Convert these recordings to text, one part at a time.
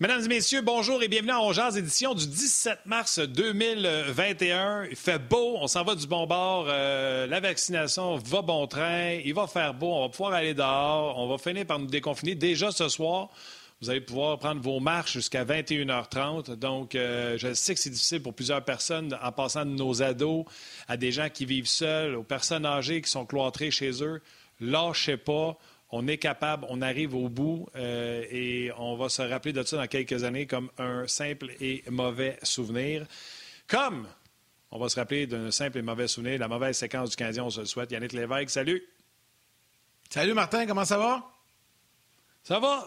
Mesdames et messieurs, bonjour et bienvenue à On Jase, édition du 17 mars 2021. Il fait beau, on s'en va du bon bord, la vaccination va bon train, il va faire beau, on va pouvoir aller dehors, on va finir par nous déconfiner. Déjà ce soir, vous allez pouvoir prendre vos marches jusqu'à 21h30. Donc, je sais que c'est difficile pour plusieurs personnes, en passant de nos ados à des gens qui vivent seuls, aux personnes âgées qui sont cloîtrées chez eux. Lâchez pas. On est capable, on arrive au bout et on va se rappeler de ça dans quelques années comme un simple et mauvais souvenir. Comme on va se rappeler d'un simple et mauvais souvenir, la mauvaise séquence du Canadien, on se le souhaite. Yannick Lévesque, salut! Salut Martin, comment ça va? Ça va.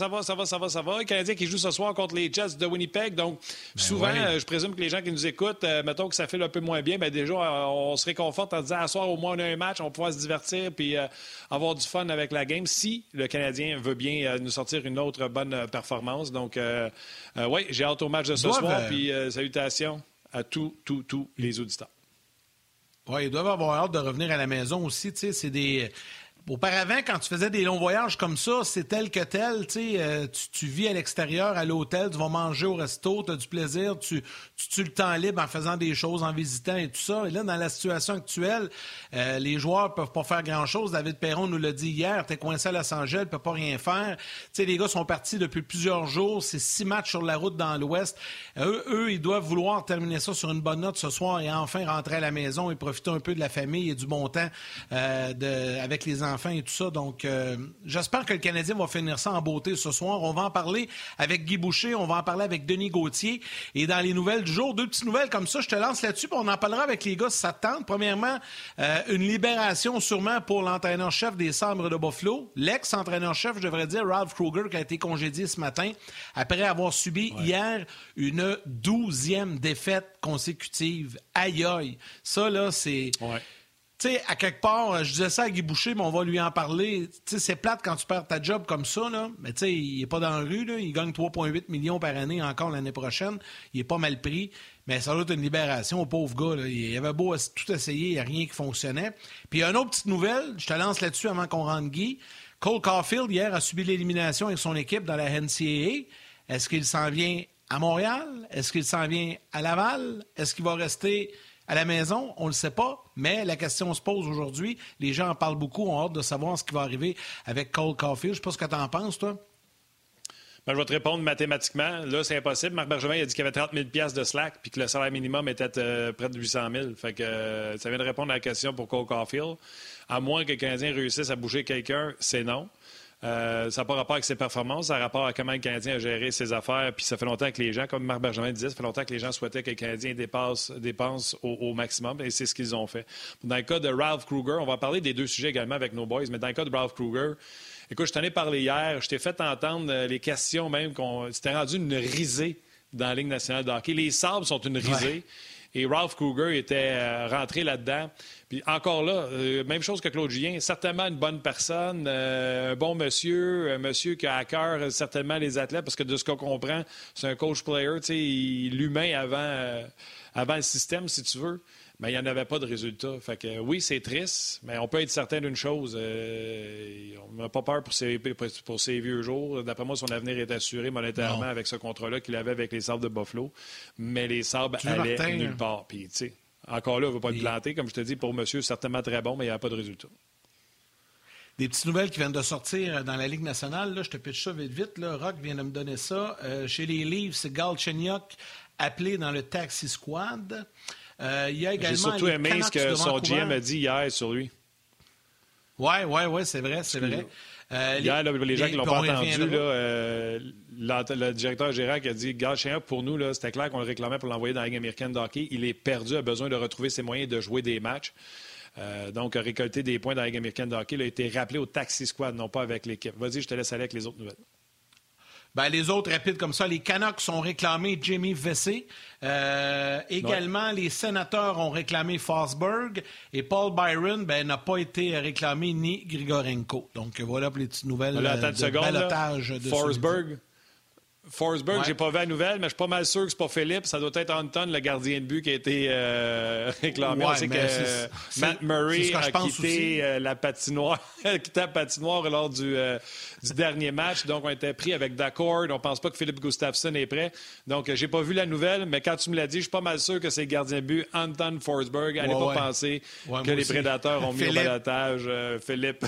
Le Canadien qui joue ce soir contre les Jets de Winnipeg. Donc, souvent, je présume que les gens qui nous écoutent, mettons que ça file un peu moins bien, bien déjà, on se réconforte en disant à soir, au moins, on a un match, on va pouvoir se divertir puis avoir du fun avec la game si le Canadien veut bien nous sortir une autre bonne performance. Donc, oui, j'ai hâte au match de ce soir. Puis, salutations à tous les auditeurs. Oui, ils doivent avoir hâte de revenir à la maison aussi. Tu sais, c'est des... Auparavant, quand tu faisais des longs voyages comme ça, c'est tel que tel, tu vis à l'extérieur, à l'hôtel, tu vas manger au resto, tu as du plaisir, tu tues le temps libre en faisant des choses, en visitant et tout ça. Et là, dans la situation actuelle, les joueurs peuvent pas faire grand-chose. David Perron nous l'a dit hier, t'es coincé à Los Angeles, peut pas rien faire. T'sais, les gars sont partis depuis plusieurs jours, c'est 6 matchs sur la route dans l'Ouest. Eux, ils doivent vouloir terminer ça sur une bonne note ce soir et enfin rentrer à la maison et profiter un peu de la famille et du bon temps avec les enfants et tout ça. Donc, j'espère que le Canadien va finir ça en beauté ce soir. On va en parler avec Guy Boucher, on va en parler avec Denis Gauthier. Et dans les nouvelles du jour, 2 petites nouvelles comme ça, je te lance là-dessus, puis on en parlera avec les gars si ça te tente. Premièrement, une libération sûrement pour l'entraîneur-chef des Sabres de Buffalo, l'ex-entraîneur-chef, je devrais dire, Ralph Krueger, qui a été congédié ce matin après avoir subi hier une 12e défaite consécutive. Aïe aïe! Ça, là, c'est... Ouais. Tu sais, à quelque part, je disais ça à Guy Boucher, mais on va lui en parler. Tu sais, c'est plate quand tu perds ta job comme ça, là. Mais tu sais, il est pas dans la rue, là. Il gagne 3,8 millions par année encore l'année prochaine. Il est pas mal pris. Mais ça doit être une libération au pauvre gars, là. Il avait beau tout essayer, il n'y a rien qui fonctionnait. Puis, il y a une autre petite nouvelle. Je te lance là-dessus avant qu'on rentre Guy. Cole Caulfield, hier, a subi l'élimination avec son équipe dans la NCAA. Est-ce qu'il s'en vient à Montréal? Est-ce qu'il s'en vient à Laval? Est-ce qu'il va rester à la maison? On ne le sait pas, mais la question se pose aujourd'hui. Les gens en parlent beaucoup, ont hâte de savoir ce qui va arriver avec Cole Caulfield. Je ne sais pas ce que tu en penses, toi. Ben, je vais te répondre mathématiquement. Là, c'est impossible. Marc Bergevin a dit qu'il y avait 30 000 $ de slack puis que le salaire minimum était près de 800 000. Fait que ça vient de répondre à la question pour Cole Caulfield. À moins que le Canadien réussisse à bouger quelqu'un, c'est non. Ça n'a pas rapport avec ses performances, ça a rapport à comment le Canadien a géré ses affaires. Puis ça fait longtemps que les gens, comme Marc Bergevin disait, ça fait longtemps que les gens souhaitaient que le Canadien dépense au maximum. Et c'est ce qu'ils ont fait. Dans le cas de Ralph Krueger, on va parler des 2 sujets également avec nos boys, mais dans le cas de Ralph Krueger, écoute, je t'en ai parlé hier, je t'ai fait entendre les questions même c'était rendu une risée dans la Ligue nationale de hockey. Les Sabres sont une risée. Ouais. Et Ralph Krueger était rentré là-dedans. Puis encore là, même chose que Claude Julien, certainement une bonne personne, un bon monsieur, un monsieur qui a à cœur certainement les athlètes, parce que de ce qu'on comprend, c'est un coach-player, tu sais, l'humain avant le système, si tu veux. Mais il n'y en avait pas de résultat. Fait que oui, c'est triste, mais on peut être certain d'une chose. On n'a pas peur pour ses vieux jours. D'après moi, son avenir est assuré monétairement avec ce contrat-là qu'il avait avec les Sabres de Buffalo. Mais les Sabres allaient nulle part. Puis, tu sais, encore là, on ne va pas le planter. Comme je te dis, pour monsieur, certainement très bon, mais il n'y a pas de résultat. Des petites nouvelles qui viennent de sortir dans la Ligue nationale. Là, je te pitche ça vite. Là. Rock vient de me donner ça. Chez les Leafs, c'est Galchenyuk appelé dans le Taxi Squad. Il y a également. J'ai surtout aimé ce que son GM a dit hier sur lui. Oui, c'est vrai. Hier, les gens qui ne l'ont pas entendu, le directeur général qui a dit Galchenyuk, pour nous, là, c'était clair qu'on le réclamait pour l'envoyer dans la Ligue américaine de hockey. Il est perdu, a besoin de retrouver ses moyens de jouer des matchs. Donc, récolter des points dans la Ligue américaine de hockey. Il a été rappelé au Taxi Squad, non pas avec l'équipe. Vas-y, je te laisse aller avec les autres nouvelles. Ben, les autres rapides comme ça, les Canucks ont réclamé Jamie Vesey. Également, les Sénateurs ont réclamé Forsberg. Et Paul Byron n'a pas été réclamé ni Grigorenko. Donc, voilà pour les petites nouvelles de balotage de Forsberg. Forsberg, j'ai pas vu la nouvelle, mais je suis pas mal sûr que c'est pas Philippe. Ça doit être Anton, le gardien de but, qui a été réclamé. On sait que Matt Murray a quitté la patinoire, quitté la patinoire lors du dernier match. Donc, on était pris avec d'accord. On pense pas que Philippe Gustafsson est prêt. Donc, j'ai pas vu la nouvelle, mais quand tu me l'as dit, je suis pas mal sûr que c'est le gardien de but Anton Forsberg. Allez pas penser que les prédateurs ont mis au balotage Philippe.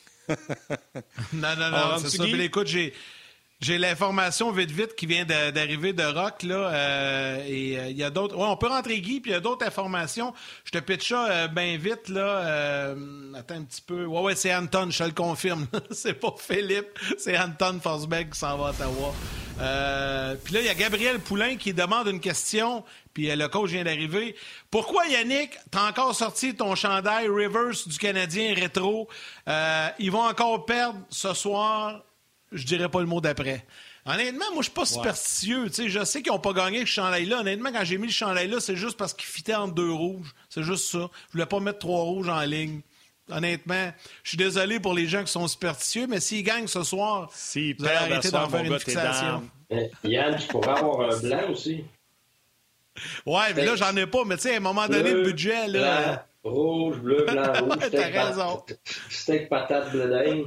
Non, c'est ça. Mais écoute, j'ai l'information vite qui vient d'arriver de Rock, là, et il y a d'autres... Ouais, on peut rentrer Guy, puis il y a d'autres informations. Je te pitch ça bien vite, là. Attends un petit peu. Ouais, c'est Anton, je te le confirme. C'est pas Philippe, c'est Anton Forsberg qui s'en va à Ottawa. Puis là, il y a Gabriel Poulain qui demande une question, puis le coach vient d'arriver. Pourquoi, Yannick, t'as encore sorti ton chandail Reverse du Canadien rétro? Ils vont encore perdre ce soir... Je dirais pas le mot d'après. Honnêtement, moi, je suis pas superstitieux. T'sais, je sais qu'ils n'ont pas gagné avec ce chandail-là. Honnêtement, quand j'ai mis le chandail-là, c'est juste parce qu'il fitait entre 2 rouges. C'est juste ça. Je voulais pas mettre 3 rouges en ligne. Honnêtement, je suis désolé pour les gens qui sont superstitieux, mais s'ils gagnent ce soir, vous allez arrêter d'en faire une fixation. Yann, tu pourrais avoir un blanc aussi. Ouais, mais là, j'en ai pas. Mais tu sais, à un moment donné, le budget... là. Blanc, rouge, bleu, blanc, rouge. T'as raison. Steak, patate, bleu d'Inde.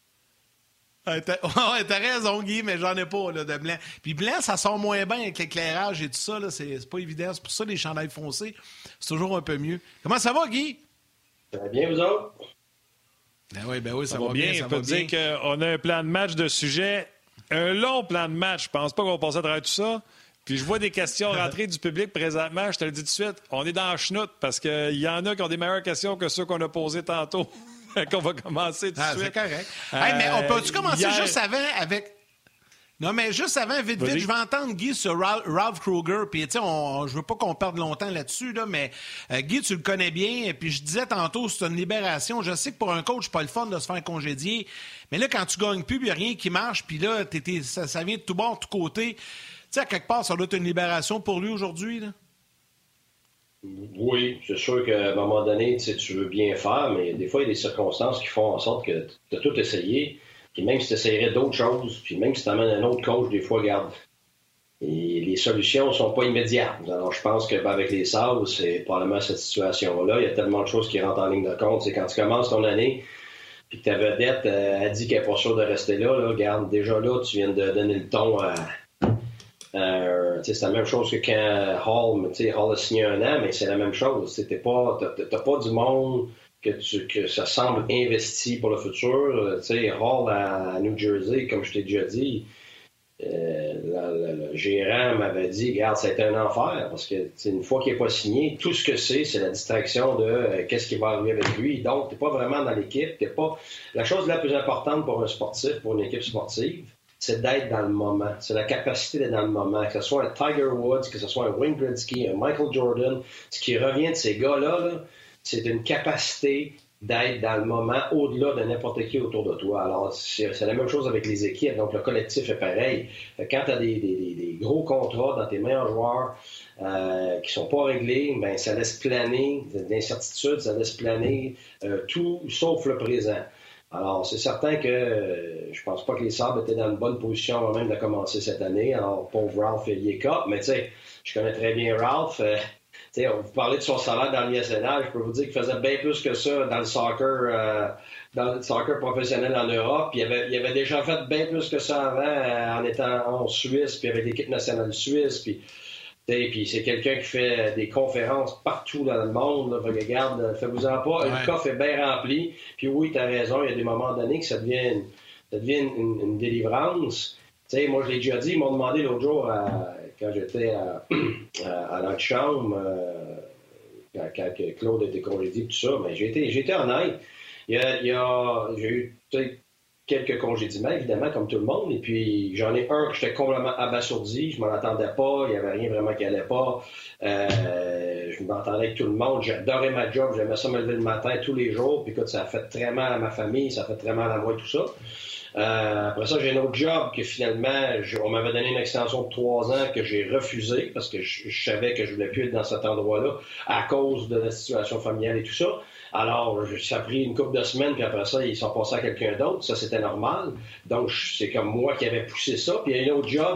T'as raison, Guy, mais j'en ai pas là, de blanc. Puis blanc, ça sort moins bien avec l'éclairage et tout ça. Là, c'est pas évident. C'est pour ça que les chandails foncés, c'est toujours un peu mieux. Comment ça va, Guy? Ça va bien, vous autres? Ben oui, ça va bien. On peut dire qu'on a un plan de match de sujet, un long plan de match. Je pense pas qu'on va passer à travers tout ça. Puis je vois des questions rentrer du public présentement. Je te le dis tout de suite, on est dans la chenoute parce qu'il y en a qui ont des meilleures questions que ceux qu'on a posées tantôt. Qu'on va commencer tout de suite. C'est correct. Hey, mais on peut-tu commencer juste avant avec... Non, mais juste avant, vite, je vais entendre Guy sur Ralph Kruger. Puis, tu sais, je veux pas qu'on perde longtemps là-dessus, là, mais Guy, tu le connais bien. Et puis, je disais tantôt, c'est une libération. Je sais que pour un coach, c'est pas le fun de se faire congédier. Mais là, quand tu gagnes plus, il n'y a rien qui marche. Puis là, ça vient de tout bord, de tout côté. Tu sais, à quelque part, ça doit être une libération pour lui aujourd'hui, là. Oui, c'est sûr qu'à un moment donné, tu veux bien faire, mais des fois, il y a des circonstances qui font en sorte que tu as tout essayé. Puis même si tu essaierais d'autres choses, puis même si tu amènes un autre coach, des fois, regarde, et les solutions ne sont pas immédiates. Alors, je pense qu'avec les Sabres, c'est probablement cette situation-là. Il y a tellement de choses qui rentrent en ligne de compte. C'est quand tu commences ton année, puis que ta vedette a dit qu'elle n'est pas sûre de rester là, regarde, déjà là, tu viens de donner le ton à... c'est la même chose que quand Hall a signé 1 an, mais c'est la même chose. T'as pas du monde que ça semble investi pour le futur. Hall à New Jersey, comme je t'ai déjà dit, le gérant m'avait dit, regarde, ça a été un enfer, parce que une fois qu'il n'est pas signé, tout ce que c'est la distraction de qu'est-ce qui va arriver avec lui. Donc, t'es pas vraiment dans l'équipe. La chose la plus importante pour un sportif, pour une équipe sportive, c'est d'être dans le moment. C'est la capacité d'être dans le moment. Que ce soit un Tiger Woods, que ce soit un Wayne Gretzky, un Michael Jordan, ce qui revient de ces gars-là, c'est une capacité d'être dans le moment au-delà de n'importe qui autour de toi. Alors, c'est la même chose avec les équipes. Donc, le collectif est pareil. Quand tu as des gros contrats dans tes meilleurs joueurs qui sont pas réglés, ben ça laisse planer l'incertitude, ça laisse planer tout sauf le présent. Alors, c'est certain que je pense pas que les Sabres étaient dans une bonne position avant même de commencer cette année. Alors, pauvre Ralph, il est cop, mais tu sais, je connais très bien Ralph. Tu sais, vous parlez de son salaire dans le national, je peux vous dire qu'il faisait bien plus que ça dans le soccer professionnel en Europe. Puis il avait déjà fait bien plus que ça avant en étant en Suisse, puis avec l'équipe nationale suisse, puis c'est quelqu'un qui fait des conférences partout dans le monde. Là. Regarde, faites-vous-en pas. Le coffre est bien rempli. Puis oui, tu as raison, il y a des moments donnés que ça devient une délivrance. T'sais, moi, je l'ai déjà dit, ils m'ont demandé l'autre jour, quand j'étais à l'antichambre, quand Claude était congédié, tout ça, mais j'ai été honnête. J'ai eu quelques congédiements, évidemment, comme tout le monde. Et puis, j'en ai un que j'étais complètement abasourdi. Je m'en attendais pas. Il n'y avait rien vraiment qui allait pas. Je m'entendais avec tout le monde. J'adorais ma job. J'aimais ça me lever le matin tous les jours. Puis, écoute, ça a fait très mal à ma famille. Ça a fait très mal à moi, tout ça. Après ça, j'ai un autre job que finalement, on m'avait donné une extension de 3 ans que j'ai refusé parce que je savais que je voulais plus être dans cet endroit-là à cause de la situation familiale et tout ça. Alors, ça a pris une couple de semaines, puis après ça, ils sont passés à quelqu'un d'autre. Ça, c'était normal. Donc, c'est comme moi qui avais poussé ça. Puis il y a un autre job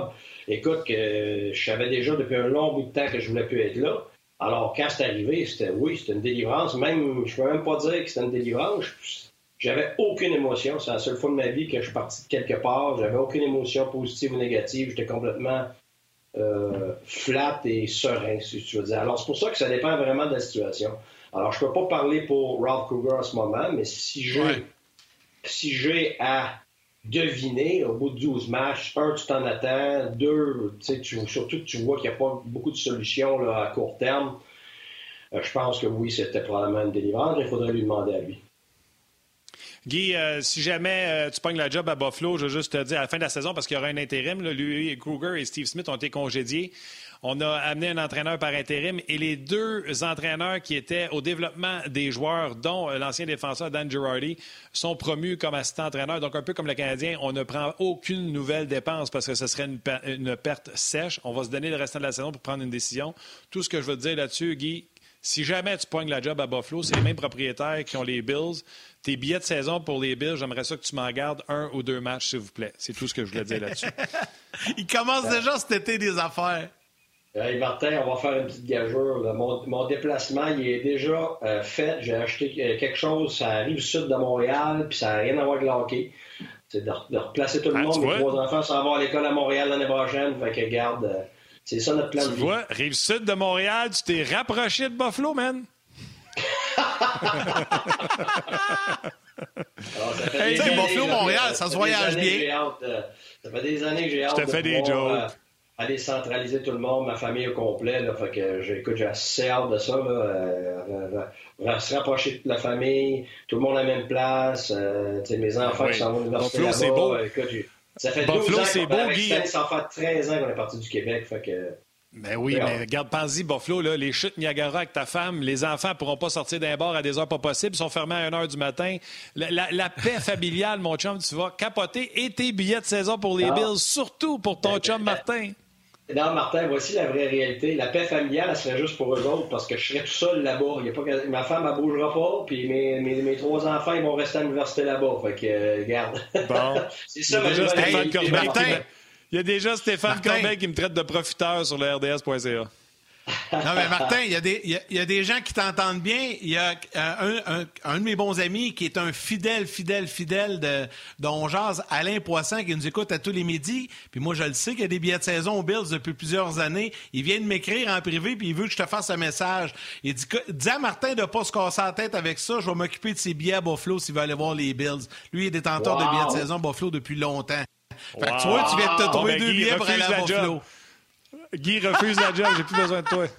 écoute, que je savais déjà depuis un long bout de temps que je voulais plus être là. Alors, quand c'est arrivé, c'était une délivrance. Même, je peux même pas dire que c'était une délivrance. J'avais aucune émotion. C'est la seule fois de ma vie que je suis parti de quelque part. J'avais aucune émotion positive ou négative. J'étais complètement flat et serein, si tu veux dire. Alors, c'est pour ça que ça dépend vraiment de la situation. Alors, je peux pas parler pour Ralph Krueger en ce moment, mais si j'ai à deviner au bout de 12 matchs, tu t'en attends, 2, surtout que tu vois qu'il n'y a pas beaucoup de solutions là, à court terme, je pense que oui, c'était probablement une délivrance, mais il faudrait lui demander à lui. Guy, si jamais tu pognes la job à Buffalo, je veux juste te dire, à la fin de la saison, parce qu'il y aura un intérim, là, lui, Krueger et Steve Smith ont été congédiés. On a amené un entraîneur par intérim et les 2 entraîneurs qui étaient au développement des joueurs, dont l'ancien défenseur Dan Girardi, sont promus comme assistant-entraîneur. Donc, un peu comme le Canadien, on ne prend aucune nouvelle dépense parce que ce serait une perte sèche. On va se donner le restant de la saison pour prendre une décision. Tout ce que je veux te dire là-dessus, Guy, si jamais tu pognes la job à Buffalo, c'est les mêmes propriétaires qui ont les Bills. Tes billets de saison pour les Bills, j'aimerais ça que tu m'en gardes 1 ou 2 matchs, s'il vous plaît. C'est tout ce que je voulais dire là-dessus. Il commence déjà cet été des affaires. Hey Martin, on va faire une petite gageure. Là. Mon déplacement, il est déjà fait. J'ai acheté quelque chose, ça arrive sud de Montréal, puis ça n'a rien à voir avec le hockey. C'est de replacer tout le monde. Mes 3 enfants s'en vont à l'école à Montréal l'année prochaine. Fait que garde, c'est ça notre plan de vie. Tu vois, rive sud de Montréal, tu t'es rapproché de Buffalo, man. Buffalo, Montréal, ça se voyage bien. Ça fait des années que j'ai hâte aller centraliser tout le monde, ma famille au complet. Là, fait que j'ai assez hâte de ça. Se rapprocher de la famille, tout le monde à la même place. Mes enfants qui s'en vont à l'université là-bas. C'est beau. Écoute, ça fait Buffalo, 12 ans c'est beau, Guy. Ça fait 13 ans qu'on est parti du Québec. Fait que... Ben oui, mais regarde, pense-y, Buffalo, là, les chutes Niagara avec ta femme, les enfants ne pourront pas sortir d'un bar à des heures pas possibles, ils sont fermés à 1h du matin. La paix familiale, mon chum, tu vas capoter. Et tes billets de saison pour les Bills, surtout pour ton chum Martin. Non, Martin, voici la vraie réalité. La paix familiale, elle serait juste pour eux autres parce que je serais tout seul là-bas. Ma femme, elle ne bougera pas, puis mes 3 enfants, ils vont rester à l'université là-bas. Fait que, regarde. Bon. C'est ça, il y a déjà Stéphane Corbeil qui me traite de profiteur sur le RDS.ca. Non, mais Martin, il y a des gens qui t'entendent bien. Il y a un de mes bons amis qui est un fidèle dont jase, Alain Poisson, qui nous écoute à tous les midis. Puis moi, je le sais qu'il y a des billets de saison aux Bills depuis plusieurs années. Il vient de m'écrire en privé, puis il veut que je te fasse un message. Il dit dis à Martin de ne pas se casser la tête avec ça. Je vais m'occuper de ses billets à Buffalo s'il veut aller voir les Bills. Lui, il est détenteur de billets de saison à Buffalo depuis longtemps. Fait que tu vois, tu viens de te trouver 2 billets pour aller à Buffalo. Guy refuse la job, j'ai plus besoin de toi.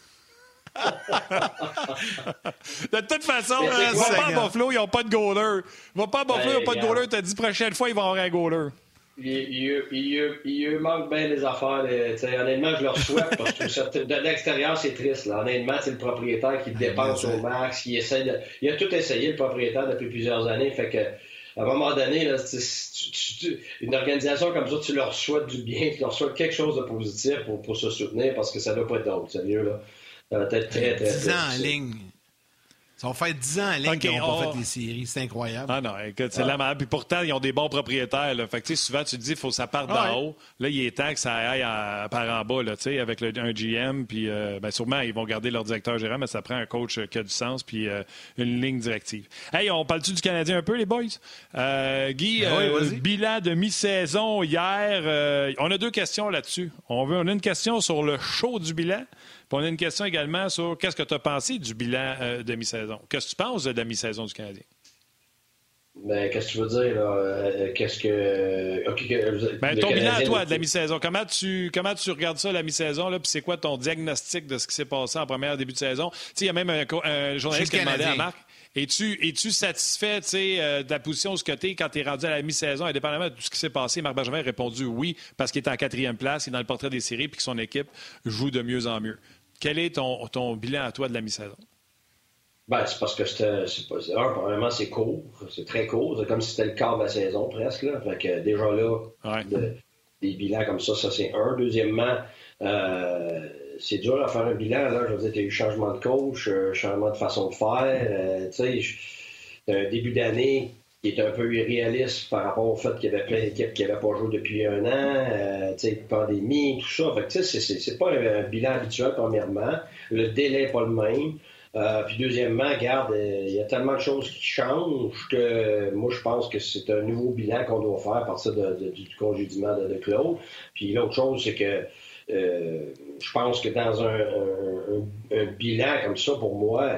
De toute façon, va pas à Buffalo, ils n'ont pas de goaler. Va pas à Buffalo, ils n'ont pas de goaler. Tu as dit prochaine fois, ils vont avoir un goaler. Il manque bien des affaires. Honnêtement, je leur souhaite parce que de l'extérieur, c'est triste. Là. Honnêtement, c'est le propriétaire qui dépense au max. Il a tout essayé, le propriétaire, depuis plusieurs années. Fait que à un moment donné, là, une organisation comme ça, tu leur souhaites du bien, tu leur souhaites quelque chose de positif pour se soutenir parce que ça ne doit pas être d'autre. Sérieux, là. Ça va être très, très 10 ans en ligne. Ça va faire 10 ans en ligne qu'ils n'ont pas fait les séries. C'est incroyable. Ah non, écoute, c'est la malade. Puis pourtant, ils ont des bons propriétaires. Là. Fait que, souvent, tu te dis qu'il faut que ça parte d'en haut. Là, il est temps que ça aille par en bas, là, avec un GM. Puis sûrement, ils vont garder leur directeur gérant, mais ça prend un coach qui a du sens puis une ligne directive. Hey, on parle-tu du Canadien un peu, les boys? Guy, bilan de mi-saison hier. On a 2 questions là-dessus. On a une question sur le show du bilan. Puis on a une question également sur qu'est-ce que tu as pensé du bilan de mi-saison. Qu'est-ce que tu penses de la mi-saison du Canadien? Ben, qu'est-ce que tu veux dire, là? Qu'est-ce que... ton bilan à toi de la mi-saison. Comment tu regardes ça, la mi-saison, là? Puis c'est quoi ton diagnostic de ce qui s'est passé en première début de saison? Tu sais, il y a même un journaliste qui a demandé à Marc, es-tu satisfait de la position où tu es quand tu es rendu à la mi-saison, indépendamment de tout ce qui s'est passé? Marc Bergevin a répondu oui, parce qu'il est en 4e place, il est dans le portrait des séries, puis que son équipe joue de mieux en mieux. Quel est ton bilan à toi de la mi-saison? Ben, c'est parce que probablement, c'est court. C'est très court. C'est comme si c'était le quart de la saison, presque. Là. Fait que déjà là, des bilans comme ça, c'est un. Deuxièmement, c'est dur à faire un bilan. Là. Je veux dire, il y a eu changement de coach, changement de façon de faire. Tu sais, un début d'année qui est un peu irréaliste par rapport au fait qu'il y avait plein d'équipes qui n'avaient pas joué depuis un an, pandémie, tout ça. Fait que, c'est pas un bilan habituel, premièrement. Le délai n'est pas le même. Puis deuxièmement, regarde, il y a tellement de choses qui changent que moi, je pense que c'est un nouveau bilan qu'on doit faire à partir du congédiement de Claude. Puis l'autre chose, c'est que je pense que dans un bilan comme ça, pour moi,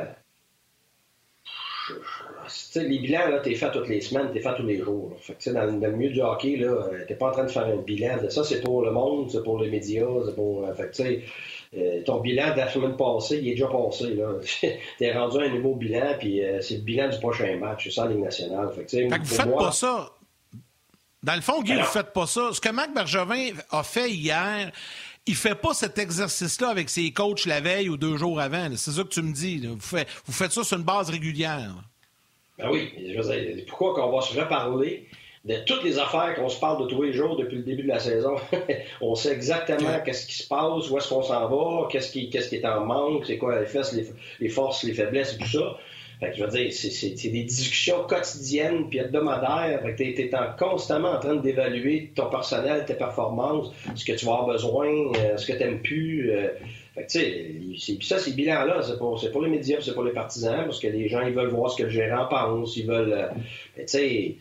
les bilans, là, t'es fait toutes les semaines, t'es fait tous les jours. Là. Fait que, dans le milieu du hockey, là, t'es pas en train de faire un bilan. Ça, c'est pour le monde, c'est pour les médias, c'est pour... fait que, ton bilan de la semaine passée, il est déjà passé. Là. T'es rendu à un nouveau bilan, puis c'est le bilan du prochain match, c'est ça, en Ligue nationale. Fait que vous faites pas ça. Dans le fond, Guy, vous faites pas ça. Ce que Marc Bergevin a fait hier... Il fait pas cet exercice-là avec ses coachs la veille ou 2 jours avant. C'est ça que tu me dis. Vous faites ça sur une base régulière. Ben oui. Je veux dire, pourquoi qu'on va se reparler de toutes les affaires qu'on se parle de tous les jours depuis le début de la saison? On sait exactement qu'est-ce qui se passe, où est-ce qu'on s'en va, qu'est-ce qui est en manque, c'est quoi les forces, les faiblesses et tout ça. Fait que je veux dire, c'est des discussions quotidiennes puis hebdomadaires. Fait que t'es constamment en train d'évaluer ton personnel, tes performances, ce que tu vas avoir besoin, ce que t'aimes plus. Fait que tu sais, ça, ces bilans-là, c'est pour les médias, c'est pour les partisans, parce que les gens, ils veulent voir ce que le gérant pense, ils veulent... tu sais,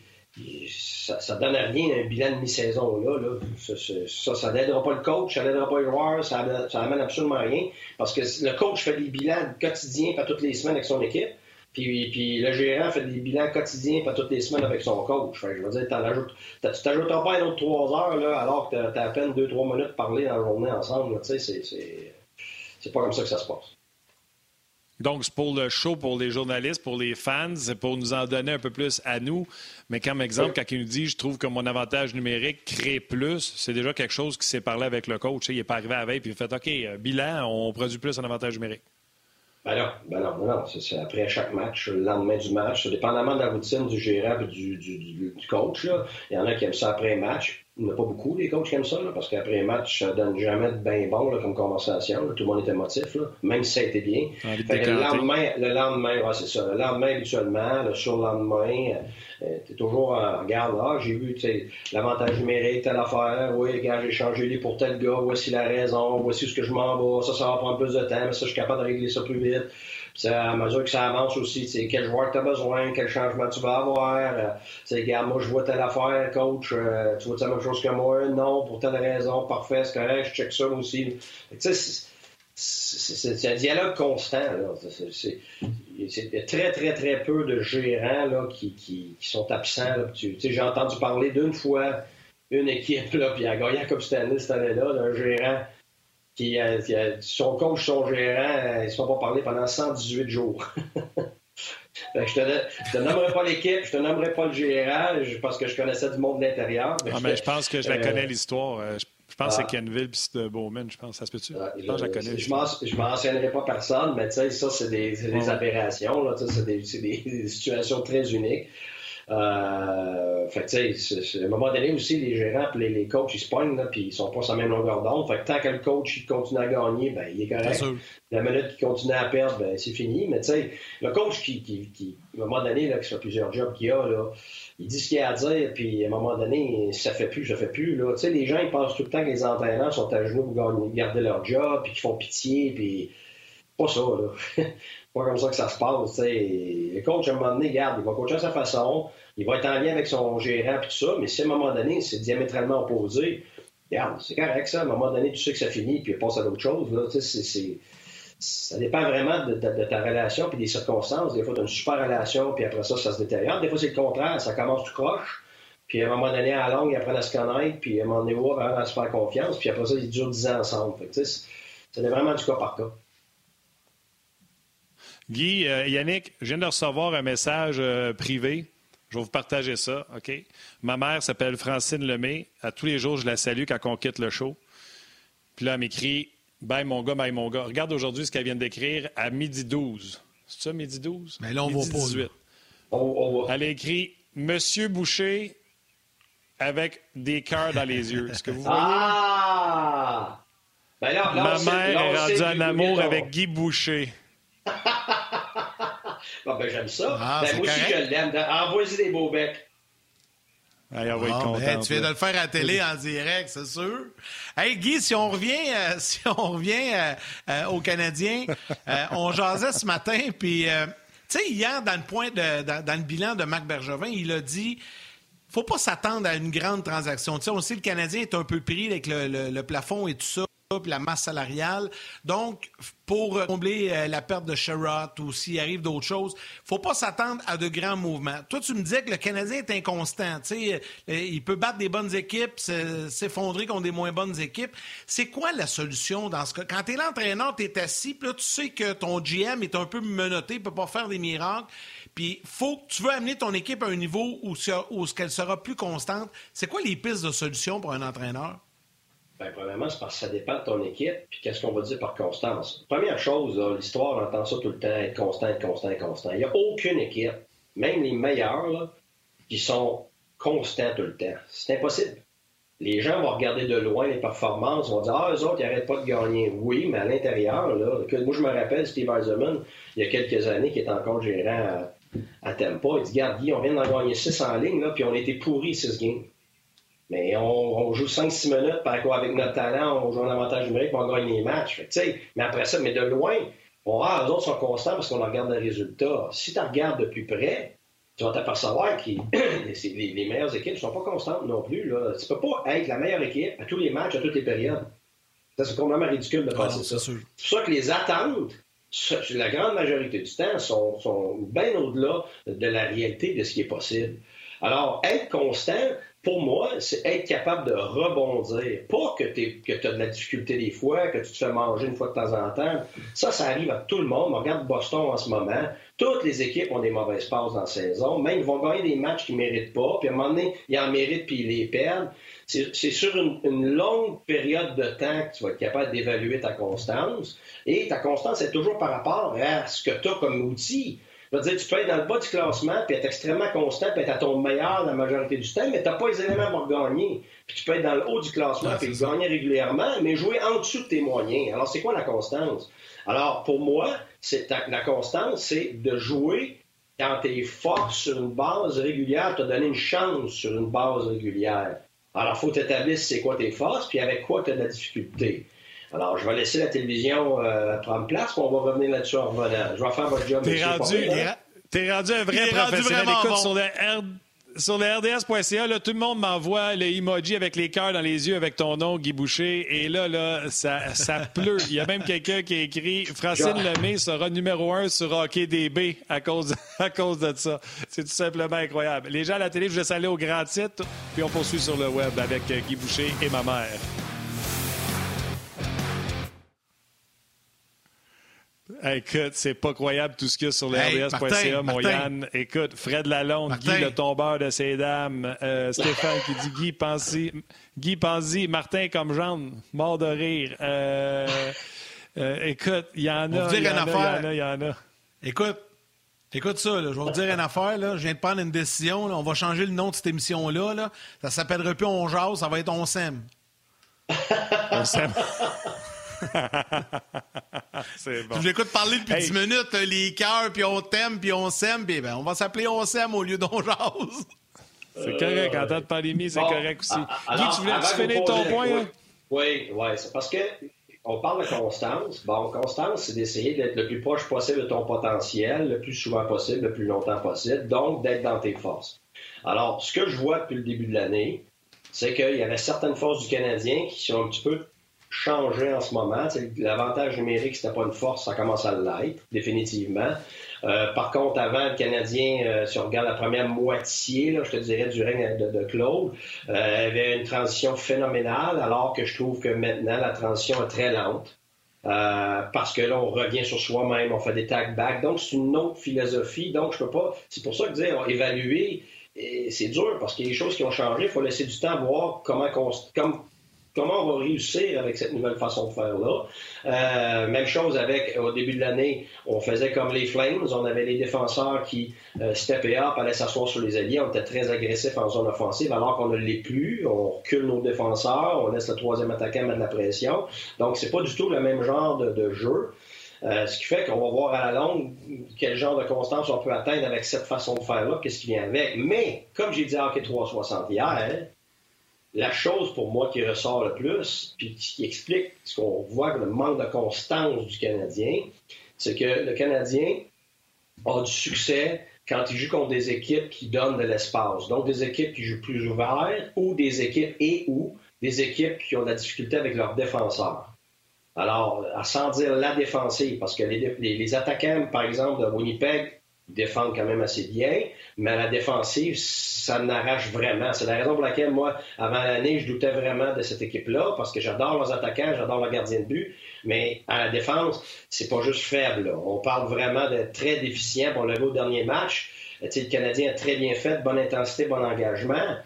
ça donne à rien un bilan de mi-saison, là. Ça n'aidera pas le coach, ça n'aidera pas les joueurs, ça amène absolument rien, parce que le coach fait des bilans quotidiens pas toutes les semaines avec son équipe. Puis le gérant fait des bilans quotidiens pas toutes les semaines avec son coach. Fait que je veux dire, tu t'ajouteras pas un autre 3 heures là, alors que t'as à peine 2-3 minutes de parler dans la journée ensemble. Tu sais, c'est pas comme ça que ça se passe. Donc, c'est pour le show, pour les journalistes, pour les fans, c'est pour nous en donner un peu plus à nous. Mais comme exemple, quand il nous dit « je trouve que mon avantage numérique crée plus », c'est déjà quelque chose qui s'est parlé avec le coach. Il n'est pas arrivé à la veille et il a fait « OK, bilan, on produit plus en avantage numérique ». Ben non. C'est après chaque match, le lendemain du match. Dépendamment de la routine du gérant et du coach, là. Il y en a qui aiment ça après un match. Il n'y en a pas beaucoup, des coachs qui aiment ça, là, parce qu'après un match, ça donne jamais de bien bon là, comme conversation. Là. Tout le monde est émotif, là, même si ça a été bien. Fait que le lendemain, ouais, c'est ça. Le lendemain, habituellement, le surlendemain, t'es toujours en regarde, j'ai vu l'avantage numérique, telle affaire, oui, regarde, j'ai changé les pour tel gars, voici la raison, voici ce que je m'en vais, ça va prendre plus de temps, mais ça, je suis capable de régler ça plus vite. Puis à mesure que ça avance aussi, quel joueur tu as besoin, quel changement tu vas avoir. Regarde, moi, je vois telle affaire, coach, tu vois la même chose que moi? Non, pour telle raison, parfait, c'est correct, je check ça aussi. C'est un dialogue constant. Là. C'est très, très, très peu de gérants là, qui sont absents. Là. J'ai entendu parler d'une fois une équipe, là, puis à gagnant comme cette année-là, d'un gérant qui son coach, son gérant, ils ne se sont pas parlé pendant 118 jours. Fait que je te nommerai pas l'équipe, je te nommerai pas le gérant, parce que je connaissais du monde de l'intérieur. Mais je pense que je la connais, l'histoire. Je pense que c'est Kenville puis c'est Bowman, je pense. Ça se peut-tu? Je pense que je la connais. Je mentionnerai pas personne, mais tu sais, ça, c'est des aberrations. Là, c'est des situations très uniques. Fait que, tu sais, à un moment donné aussi, les gérants et les coachs, ils se pognent, puis ils sont pas sur la même longueur d'onde. Fait que tant que le coach il continue à gagner, ben il est correct. La minute qu'il continue à perdre, ben c'est fini. Mais tu sais, le coach qui à un moment donné, là, qui fait plusieurs jobs qu'il a, là, il dit ce qu'il a à dire, puis à un moment donné, ça fait plus. Là. Tu sais, les gens, ils pensent tout le temps que les entraîneurs sont à genoux pour garder leur job, puis qu'ils font pitié, puis pas ça, là. Pas comme ça que ça se passe. T'sais. Le coach, à un moment donné, regarde, il va coacher à sa façon, il va être en lien avec son gérant et tout ça, mais si à un moment donné, c'est diamétralement opposé, regarde, c'est correct ça, à un moment donné, tu sais que ça finit, puis il passe à d'autres choses. Là. Ça dépend vraiment de ta relation puis des circonstances. Des fois, tu as une super relation, puis après ça se détériore. Des fois, c'est le contraire, ça commence tout croche, puis à un moment donné, à la longue, ils apprennent à se connaître, puis à un moment donné, vraiment à se faire confiance, puis après ça, ils durent 10 ans ensemble. Fait que, ça est vraiment du cas par cas. Guy, Yannick, je viens de recevoir un message privé. Je vais vous partager ça, OK? Ma mère s'appelle Francine Lemay. À tous les jours, je la salue quand on quitte le show. Puis là, elle m'écrit « Bye, mon gars, bye, mon gars ». Regarde aujourd'hui ce qu'elle vient d'écrire à 12h12. C'est ça, 12h12? Mais là, on va pas. 18. Elle a écrit « Monsieur Boucher avec des cœurs dans les yeux ». Est-ce que vous voyez? Ah! Ben là, ma mère est rendue en amour avec Guy Boucher. Ah, ben, j'aime ça. Ah, moi aussi, je l'aime. Envoyez des beaux becs. Hey, on va être content, tu viens de le faire à la télé en direct, c'est sûr. Hey, Guy, si on revient aux Canadiens, on jasait ce matin, puis, tu sais, hier, dans le bilan de Marc Bergevin, il a dit... Faut pas s'attendre à une grande transaction. Tu sais, on sait que le Canadien est un peu pris avec le plafond et tout ça, puis la masse salariale. Donc, pour combler la perte de Sherratt ou s'il arrive d'autres choses, faut pas s'attendre à de grands mouvements. Toi, tu me disais que le Canadien est inconstant. Tu sais, il peut battre des bonnes équipes, s'effondrer contre des moins bonnes équipes. C'est quoi la solution dans ce cas? Quand tu es l'entraîneur, tu es assis, puis là, tu sais que ton GM est un peu menotté, il peut pas faire des miracles. Puis, tu veux amener ton équipe à un niveau où qu'elle sera plus constante. C'est quoi les pistes de solution pour un entraîneur? Bien, premièrement, c'est parce que ça dépend de ton équipe. Puis, qu'est-ce qu'on va dire par constance? Première chose, là, l'histoire, on entend ça tout le temps, être constant. Il n'y a aucune équipe, même les meilleurs, là, qui sont constants tout le temps. C'est impossible. Les gens vont regarder de loin les performances, vont dire « Ah, eux autres, ils n'arrêtent pas de gagner. » Oui, mais à l'intérieur, là, moi, je me rappelle Steve Eisenman, il y a quelques années, qui est encore gérant à Tampa. Il dit, regarde, Guy, on vient d'en gagner 6 en ligne, là, puis on a été pourris 6 games. Mais on joue 5-6 minutes, par contre, avec notre talent, on joue en avantage numérique, puis on gagne les matchs. Fait, mais après ça, mais de loin, eux autres sont constants parce qu'on regarde les résultats. Si tu regardes de plus près, tu vas t'apercevoir que les meilleures équipes ne sont pas constantes non plus. Là. Tu ne peux pas être la meilleure équipe à tous les matchs, à toutes les périodes. Ça, c'est complètement ridicule de penser ça. C'est pour ça que les attentes, la grande majorité du temps, sont bien au-delà de la réalité de ce qui est possible. Alors, être constant, pour moi, c'est être capable de rebondir. Pas que tu as de la difficulté des fois, que tu te fais manger une fois de temps en temps. Ça arrive à tout le monde. On regarde Boston en ce moment. Toutes les équipes ont des mauvaises passes dans la saison. Même ils vont gagner des matchs qu'ils ne méritent pas. Puis à un moment donné, ils en méritent puis ils les perdent. C'est sur une longue période de temps que tu vas être capable d'évaluer ta constance. Et ta constance, c'est toujours par rapport à ce que tu as comme outil. Je veux dire, tu peux être dans le bas du classement puis être extrêmement constant puis être à ton meilleur la majorité du temps, mais tu n'as pas les éléments pour gagner. Puis tu peux être dans le haut du classement puis gagner régulièrement, mais jouer en dessous de tes moyens. Alors, c'est quoi la constance? Alors, pour moi, la constance, c'est de jouer quand tu es fort sur une base régulière, te donner une chance sur une base régulière. Alors, il faut t'établir c'est quoi tes forces puis avec quoi tu as de la difficulté. Alors, je vais laisser la télévision prendre place, puis on va revenir là-dessus en revenant. Je vais faire votre job. T'es rendu un vrai professionnel. Écoute, sur le RDS.ca, là, tout le monde m'envoie le emoji avec les cœurs dans les yeux avec ton nom, Guy Boucher. Et là ça pleut. Il y a même quelqu'un qui a écrit « Francine Lemay sera numéro 1 sur Hockey DB à cause de ça. » C'est tout simplement incroyable. Les gens à la télé, je vous laisse aller au grand titre, puis on poursuit sur le web avec Guy Boucher et ma mère. Écoute, c'est pas croyable tout ce qu'il y a sur le RDS.ca, mon Yann. Écoute, Fred Lalonde, Guy le tombeur de ces dames, Stéphane qui dit Guy Panzi, Martin comme Jeanne, mort de rire. Écoute, il y en a. Écoute ça, là, je vais vous dire une affaire. Là. Je viens de prendre une décision. Là. On va changer le nom de cette émission-là. Là. Ça s'appellera plus On Jase, ça va être On s'aime. On s'aime. C'est bon. Je l'écoute parler depuis 10 minutes, les cœurs, puis on t'aime, puis on s'aime, puis on va s'appeler On s'aime au lieu d'On Jase. C'est correct, en temps de pandémie, c'est correct aussi. Guy, tu voulais-tu finir ton point? Là? Oui, c'est parce que on parle de constance. Bon, constance, c'est d'essayer d'être le plus proche possible de ton potentiel, le plus souvent possible, le plus longtemps possible, donc d'être dans tes forces. Alors, ce que je vois depuis le début de l'année, c'est qu'il y avait certaines forces du Canadien qui sont un petit peu changé en ce moment. L'avantage numérique, c'était pas une force, ça commence à l'être, définitivement. Par contre, avant, le Canadien, si on regarde la première moitié, là, je te dirais, du règne de Claude, avait une transition phénoménale, alors que je trouve que maintenant, la transition est très lente. Parce que là, on revient sur soi-même, on fait des tag-back. Donc, c'est une autre philosophie. Donc, je peux pas... C'est pour ça que dire évaluer, c'est dur, parce qu'il y a des choses qui ont changé. Il faut laisser du temps à voir comment on va réussir avec cette nouvelle façon de faire-là. Même chose au début de l'année, on faisait comme les Flames. On avait les défenseurs qui steppaient up, allaient s'asseoir sur les alliés. On était très agressifs en zone offensive, alors qu'on ne l'est plus. On recule nos défenseurs, on laisse le troisième attaquant mettre de la pression. Donc, c'est pas du tout le même genre de jeu. Ce qui fait qu'on va voir à la longue quel genre de constance on peut atteindre avec cette façon de faire-là, qu'est-ce qui vient avec. Mais, comme j'ai dit à Hockey 360 hier, la chose pour moi qui ressort le plus, puis qui explique ce qu'on voit, le manque de constance du Canadien, c'est que le Canadien a du succès quand il joue contre des équipes qui donnent de l'espace. Donc, des équipes qui jouent plus ouvert ou des équipes des équipes qui ont de la difficulté avec leurs défenseurs. Alors, sans dire la défensive, parce que les attaquants, par exemple, de Winnipeg, défendent quand même assez bien, mais à la défensive, ça n'arrache vraiment. C'est la raison pour laquelle, moi, avant l'année, je doutais vraiment de cette équipe-là, parce que j'adore leurs attaquants, j'adore leurs gardiens de but, mais à la défense, c'est pas juste faible. Là. On parle vraiment de très déficient. On l'a vu au dernier match. Le Canadien a très bien fait, bonne intensité, bon engagement.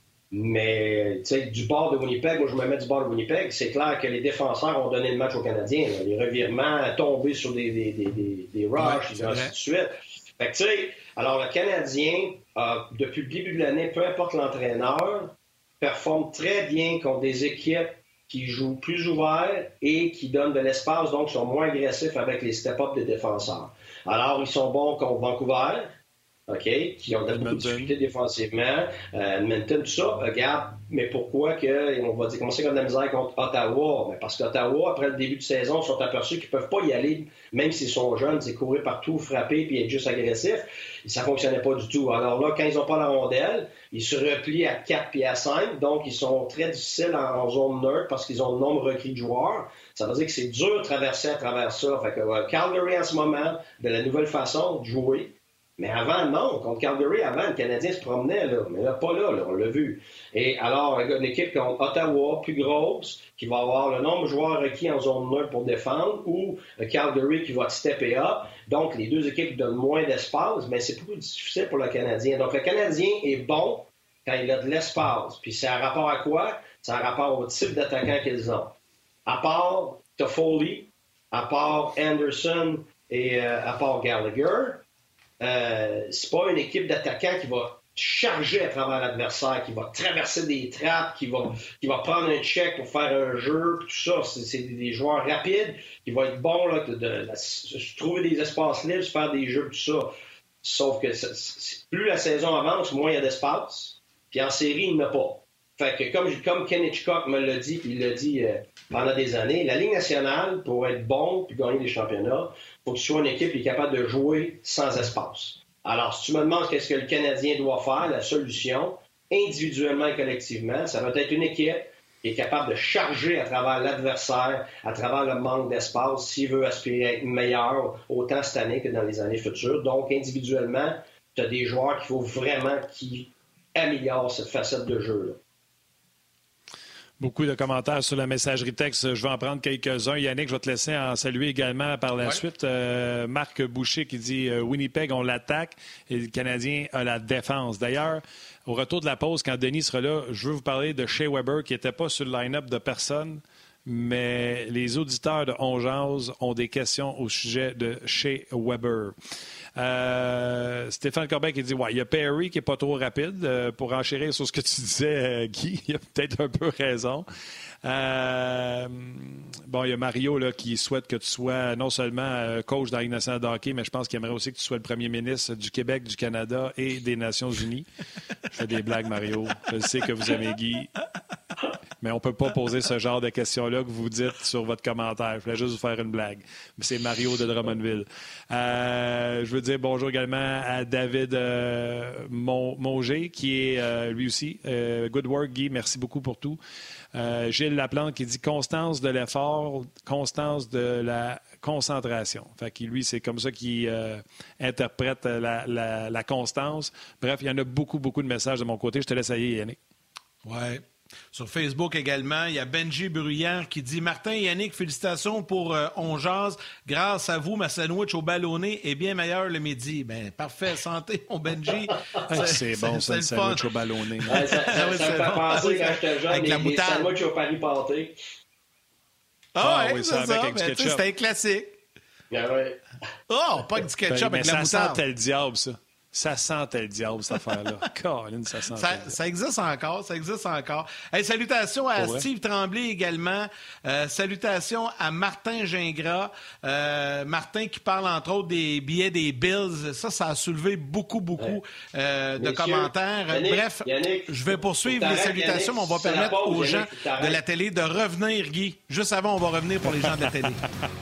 Mais du bord de Winnipeg, moi je me mets du bord de Winnipeg, c'est clair que les défenseurs ont donné le match aux Canadiens. Là. Les revirements, tomber sur des rushs, et ainsi de suite. Fait que alors le Canadien, depuis le début de l'année, peu importe l'entraîneur, performe très bien contre des équipes qui jouent plus ouvert et qui donnent de l'espace, donc sont moins agressifs avec les step-up des défenseurs. Alors, ils sont bons contre Vancouver, qui ont beaucoup de difficultés défensivement, Edmonton, tout ça. Regarde, mais pourquoi on va dire commencer comme de la misère contre Ottawa? Mais parce qu'Ottawa, après le début de saison, sont aperçus qu'ils ne peuvent pas y aller, même s'ils sont jeunes, c'est courir partout, frapper puis être juste agressif. Ça ne fonctionnait pas du tout. Alors là, quand ils n'ont pas la rondelle, ils se replient à 4 puis à 5, donc ils sont très difficiles en zone neutre parce qu'ils ont le nombre requis de joueurs. Ça veut dire que c'est dur de traverser à travers ça. Fait que Calgary, en ce moment, de la nouvelle façon de jouer. Mais avant, non. Contre Calgary, avant, le Canadien se promenait, là. Mais là, pas là, on l'a vu. Et alors, une équipe contre Ottawa, plus grosse, qui va avoir le nombre de joueurs requis en zone neutre pour défendre, ou Calgary qui va stepper up. Donc, les deux équipes donnent moins d'espace, mais c'est plus difficile pour le Canadien. Donc, le Canadien est bon quand il a de l'espace. Puis c'est un rapport à quoi? C'est un rapport au type d'attaquant qu'ils ont. À part Toffoli, à part Anderson et à part Gallagher, c'est pas une équipe d'attaquants qui va charger à travers l'adversaire, qui va traverser des trappes, qui va prendre un check pour faire un jeu, tout ça. C'est des joueurs rapides qui vont être bons là, de trouver des espaces libres, faire des jeux, tout ça. Sauf que plus la saison avance, moins il y a d'espace. Puis en série, il n'y en a pas. Fait que comme Ken Hitchcock me l'a dit, puis il l'a dit pendant des années, la Ligue nationale, pour être bon puis gagner des championnats, il faut que tu sois une équipe qui est capable de jouer sans espace. Alors, si tu me demandes qu'est-ce que le Canadien doit faire, la solution, individuellement et collectivement, ça va être une équipe qui est capable de charger à travers l'adversaire, à travers le manque d'espace, s'il veut aspirer à être meilleur, autant cette année que dans les années futures. Donc, individuellement, tu as des joueurs qu'il faut vraiment qui améliorent cette facette de jeu-là. Beaucoup de commentaires sur la messagerie texte. Je vais en prendre quelques-uns. Yannick, je vais te laisser en saluer également par la suite. Marc Boucher qui dit Winnipeg, on l'attaque et le Canadien a la défense. D'ailleurs, au retour de la pause, quand Denis sera là, je veux vous parler de Shea Weber qui n'était pas sur le line-up de personne, mais les auditeurs de On Jase ont des questions au sujet de Shea Weber. Stéphane Corbin qui dit il y a Perry qui n'est pas trop rapide. Pour enchérir sur ce que tu disais, Guy, il a peut-être un peu raison. Il y a Mario là, qui souhaite que tu sois non seulement coach dans la Ligue nationale de hockey, mais je pense qu'il aimerait aussi que tu sois le premier ministre du Québec, du Canada et des Nations unies. Je fais des blagues, Mario. Je sais que vous aimez Guy. Mais on ne peut pas poser ce genre de questions-là que vous dites sur votre commentaire. Je voulais juste vous faire une blague. Mais c'est Mario de Drummondville. Je veux dire bonjour également à David Monger, qui est lui aussi. Good work, Guy. Merci beaucoup pour tout. Gilles Laplante qui dit constance de l'effort, constance de la concentration. Fait que lui, c'est comme ça qu'il interprète la constance. Bref, il y en a beaucoup, beaucoup de messages de mon côté. Je te laisse aller, Yannick. Ouais. Sur Facebook également, il y a Benji Bruyère qui dit « Martin et Yannick, félicitations pour On Jase. Grâce à vous, ma sandwich au ballonné est bien meilleure le midi. » Bien, parfait. Santé, mon Benji. C'est bon, ça, le sandwich au ballonné. Ça me fait penser quand j'étais jeune, avec les sandwichs au Paris pâté. Oui, c'est ça. C'était un classique. Ouais. Oh, pas du ketchup avec la moutarde. Ça sent le diable, ça. Ça sentait le diable, cette affaire-là. Colin, ça sentait. Ça existe encore. Hey, salutations à Steve Tremblay également. Salutations à Martin Gingras. Martin qui parle entre autres des billets des Bills. Ça a soulevé beaucoup de commentaires. Bref, Yannick, je vais poursuivre les salutations, mais on va permettre aux gens de la télé de revenir, Guy. Juste avant, on va revenir pour les gens de la télé.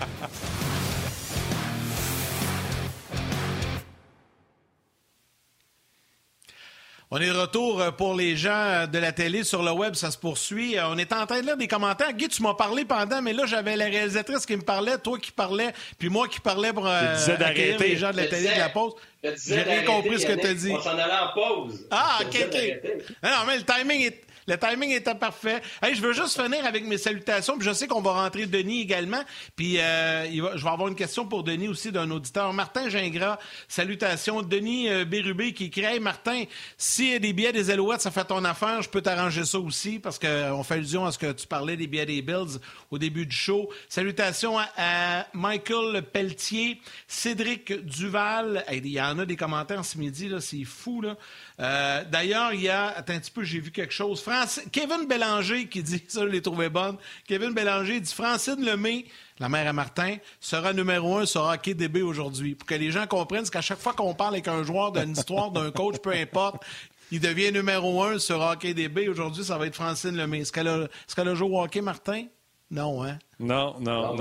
On est de retour pour les gens de la télé sur le web, ça se poursuit. On est en train de lire des commentaires. Guy, tu m'as parlé pendant, mais là, j'avais la réalisatrice qui me parlait, toi qui parlais, puis moi qui parlais pour accueillir les gens de la télé de la pause. J'ai rien compris ce que tu as dit. On s'en allait en pause. Ah, OK. Non, mais le timing était parfait. Hey, je veux juste finir avec mes salutations, puis je sais qu'on va rentrer Denis également, puis je vais avoir une question pour Denis aussi d'un auditeur. Martin Gingras, salutations. Denis Bérubé qui écrit « Hey Martin, s'il y a des billets des Alouettes, ça fait ton affaire, je peux t'arranger ça aussi, parce qu'on fait allusion à ce que tu parlais des billets des Bills au début du show. » Salutations à Michael Pelletier, Cédric Duval. Hey, il y en a des commentaires ce midi, là, c'est fou, là. D'ailleurs, il y a... Attends un petit peu, j'ai vu quelque chose. Kevin Bélanger qui dit, ça je l'ai trouvé bonne, Kevin Bélanger dit « Francine Lemay, la mère à Martin, sera numéro 1 sur Hockey DB aujourd'hui. » Pour que les gens comprennent, c'est qu'à chaque fois qu'on parle avec un joueur d'une histoire, d'un coach, peu importe, il devient numéro 1 sur Hockey DB. Aujourd'hui, ça va être Francine Lemay. Est-ce qu'elle a joué au hockey, Martin? Non, hein? Non.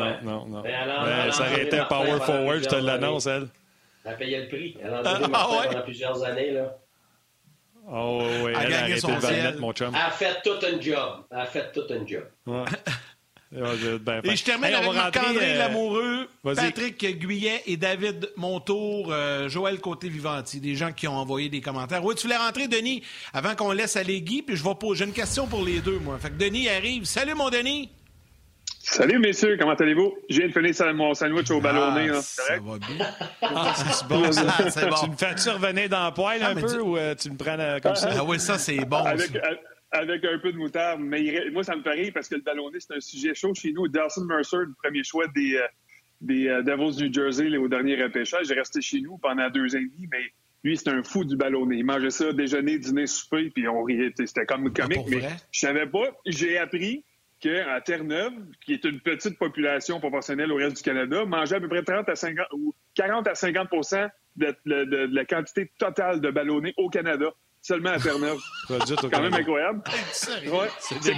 Ça aurait été un power forward, je te l'annonce, elle. Elle payait le prix. Elle en a donné pendant plusieurs années, là. Oh oui, elle a arrêté de valette, mon chum. Elle a fait tout un job. Ouais. Et je termine avec Marc-André Lamoureux, Patrick Guyet et David Montour, Joël Côté-Vivanti, des gens qui ont envoyé des commentaires. Oui, tu voulais rentrer, Denis, avant qu'on laisse aller Guy, puis j'ai une question pour les deux, moi. Fait que Denis arrive. Salut, mon Denis! Salut, messieurs, comment allez-vous? Je viens de finir mon sandwich au ballonné. Ça va bien. C'est bon, ça. C'est bon. Tu me fais-tu revenir dans le poêle un peu ou tu me prends comme ça? Ah oui, ça, c'est bon. Avec un peu de moutarde. Mais moi, ça me fait rire parce que le ballonné, c'est un sujet chaud chez nous. Dawson Mercer, le premier choix des Devils du New Jersey au dernier repêchage, est resté chez nous pendant 2 ans et demi, mais lui, c'est un fou du ballonné. Il mangeait ça déjeuner, dîner, souper, puis on riait. C'était comme comique, mais je savais pas. J'ai appris qu'à Terre-Neuve, qui est une petite population proportionnelle au reste du Canada, mangeait à peu près 40 à 50 de la quantité totale de ballonnés au Canada, seulement à Terre-Neuve. C'est quand même incroyable. Ouais.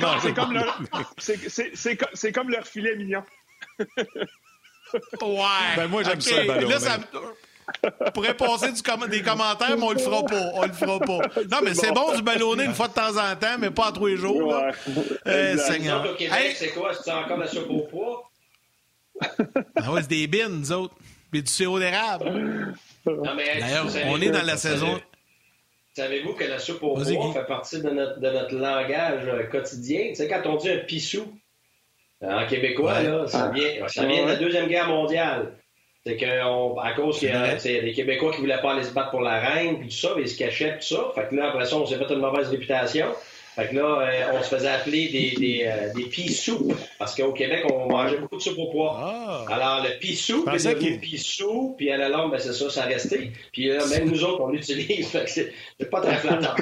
C'est comme leur filet mignon. Ouais. Ben moi, j'aime ça, le ballonné. Là, on pourrait passer des commentaires, mais on le fera pas. Non, mais c'est bon du ballonné une fois de temps en temps, mais pas à tous les jours. Seigneur. Au Québec, c'est quoi? C'est encore la soupe au pois? Ah ouais, c'est des bines, nous autres. Puis du sirop d'érable. D'ailleurs, on est dans la saison. Savez-vous que la soupe au pois fait partie de notre langage quotidien? Tu sais, quand on dit un pissou, en québécois, là, ça vient de la Deuxième Guerre mondiale. C'est qu'à cause qu'il y a des Québécois qui voulaient pas aller se battre pour la reine, puis tout ça, mais ils se cachaient, tout ça. Fait que là, après ça, on s'est fait une mauvaise réputation. Fait que là, on se faisait appeler des pissous, parce qu'au Québec, on mangeait beaucoup de soupe au pois. Ah. Alors, le pissou, puis le pissou, puis à la longue, c'est ça restait. Puis là, même nous autres, on l'utilise. Fait que c'est pas très flattant.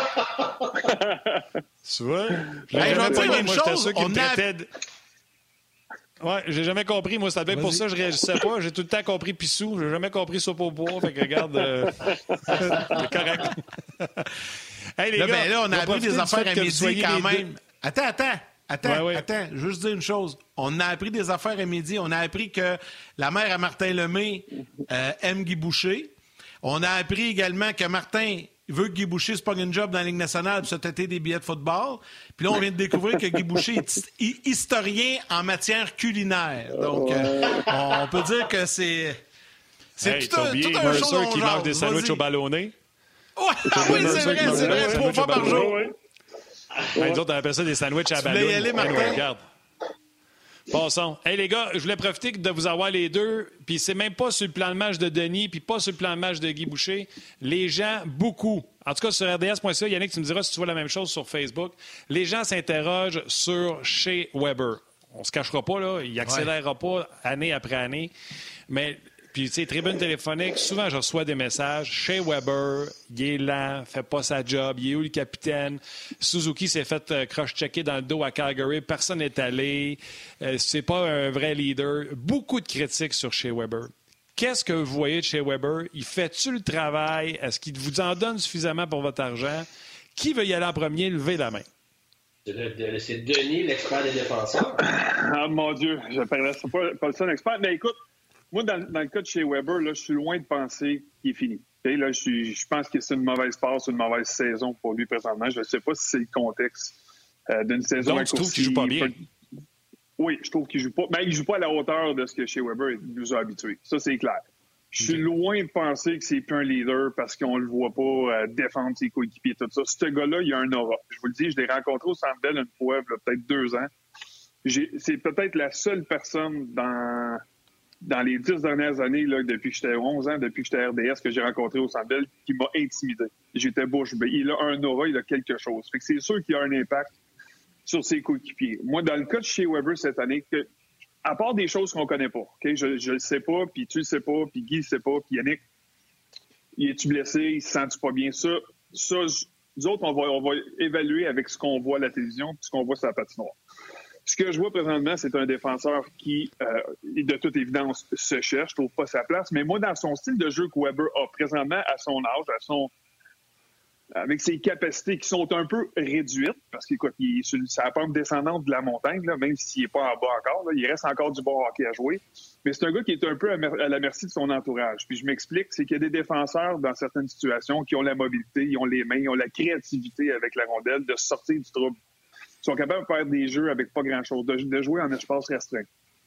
Tu vois? Je vais dire une chose, Ouais, j'ai jamais compris. Moi, ça devait être pour ça que je réagissais pas. J'ai tout le temps compris pissou. J'ai jamais compris soupe au bois. Fait que regarde, c'est correct. Hey, les gars, là, on a appris des affaires à midi quand même. Attends. Je veux juste dire une chose. On a appris des affaires à midi. On a appris que la mère à Martin Lemay aime Guy Boucher. On a appris également que Martin veut que Guy Boucher se pogne une job dans la Ligue nationale pour se têter des billets de football. Puis là, on vient de découvrir que Guy Boucher est historien en matière culinaire. Donc, on peut dire que c'est tout un show qui mange des sandwichs au ballonné. Oui, c'est vrai, 3 fois par jour. Les autres, on appelle ça des sandwichs à ballon. Regarde. Passons. Hey, les gars, je voulais profiter de vous avoir les deux. Puis c'est même pas sur le plan de match de Denis, puis pas sur le plan de match de Guy Boucher. Les gens, beaucoup, en tout cas sur RDS.ca, Yannick, tu me diras si tu vois la même chose sur Facebook, les gens s'interrogent sur Shea Weber. On se cachera pas, là. Il accélérera pas année après année. Mais Puis, tu sais, tribune téléphonique, souvent, je reçois des messages. Shea Weber, il est lent, fait pas sa job. Il est où le capitaine? Suzuki s'est fait croche-checker dans le dos à Calgary. Personne n'est allé. C'est pas un vrai leader. Beaucoup de critiques sur Shea Weber. Qu'est-ce que vous voyez de Shea Weber? Il fait-tu le travail? Est-ce qu'il vous en donne suffisamment pour votre argent? Qui veut y aller en premier? Levez la main. C'est Denis, l'expert des défenseurs. Ah, mon Dieu, je ne parlerai pas le seul expert. Mais écoute, moi, dans le cas de Shea Weber, là, je suis loin de penser qu'il est fini. Là, je pense que c'est une mauvaise passe, une mauvaise saison pour lui présentement. Je ne sais pas si c'est le contexte d'une saison. Donc, tu trouves qu'il ne joue pas bien? Oui, je trouve qu'il joue pas. Mais il joue pas à la hauteur de ce que Shea Weber nous a habitués. Ça, c'est clair. Je suis loin de penser que c'est plus un leader parce qu'on le voit pas défendre ses coéquipiers et tout ça. Ce gars-là, il a un aura. Je vous le dis, je l'ai rencontré au Centre Bell une fois, peut-être 2 ans. C'est peut-être la seule personne dans les 10 dernières années, là, depuis que j'étais 11 ans, depuis que j'étais RDS, que j'ai rencontré au Centre Bell, qui m'a intimidé. J'étais bouche bée. Il a un aura, il a quelque chose. Fait que c'est sûr qu'il a un impact sur ses coéquipiers. Moi, dans le cas de Shea Weber cette année, à part des choses qu'on connaît pas, okay? Je le sais pas, puis tu le sais pas, puis Guy le sait pas, puis Yannick, il est-tu blessé, il se sent-tu pas bien? Ça, nous autres, on va évaluer avec ce qu'on voit à la télévision puis ce qu'on voit sur la patinoire. Ce que je vois présentement, c'est un défenseur qui, de toute évidence, se cherche, trouve pas sa place, mais moi, dans son style de jeu que Weber a présentement, à son âge, avec ses capacités qui sont un peu réduites, parce qu'écoute, il est sur la pente descendante de la montagne, là, même s'il n'est pas en bas encore, là, il reste encore du bon hockey à jouer. Mais c'est un gars qui est un peu à la merci de son entourage. Puis je m'explique, c'est qu'il y a des défenseurs dans certaines situations qui ont la mobilité, ils ont les mains, ils ont la créativité avec la rondelle de sortir du trouble. Ils sont capables de faire des jeux avec pas grand-chose, de jouer en espace restreint.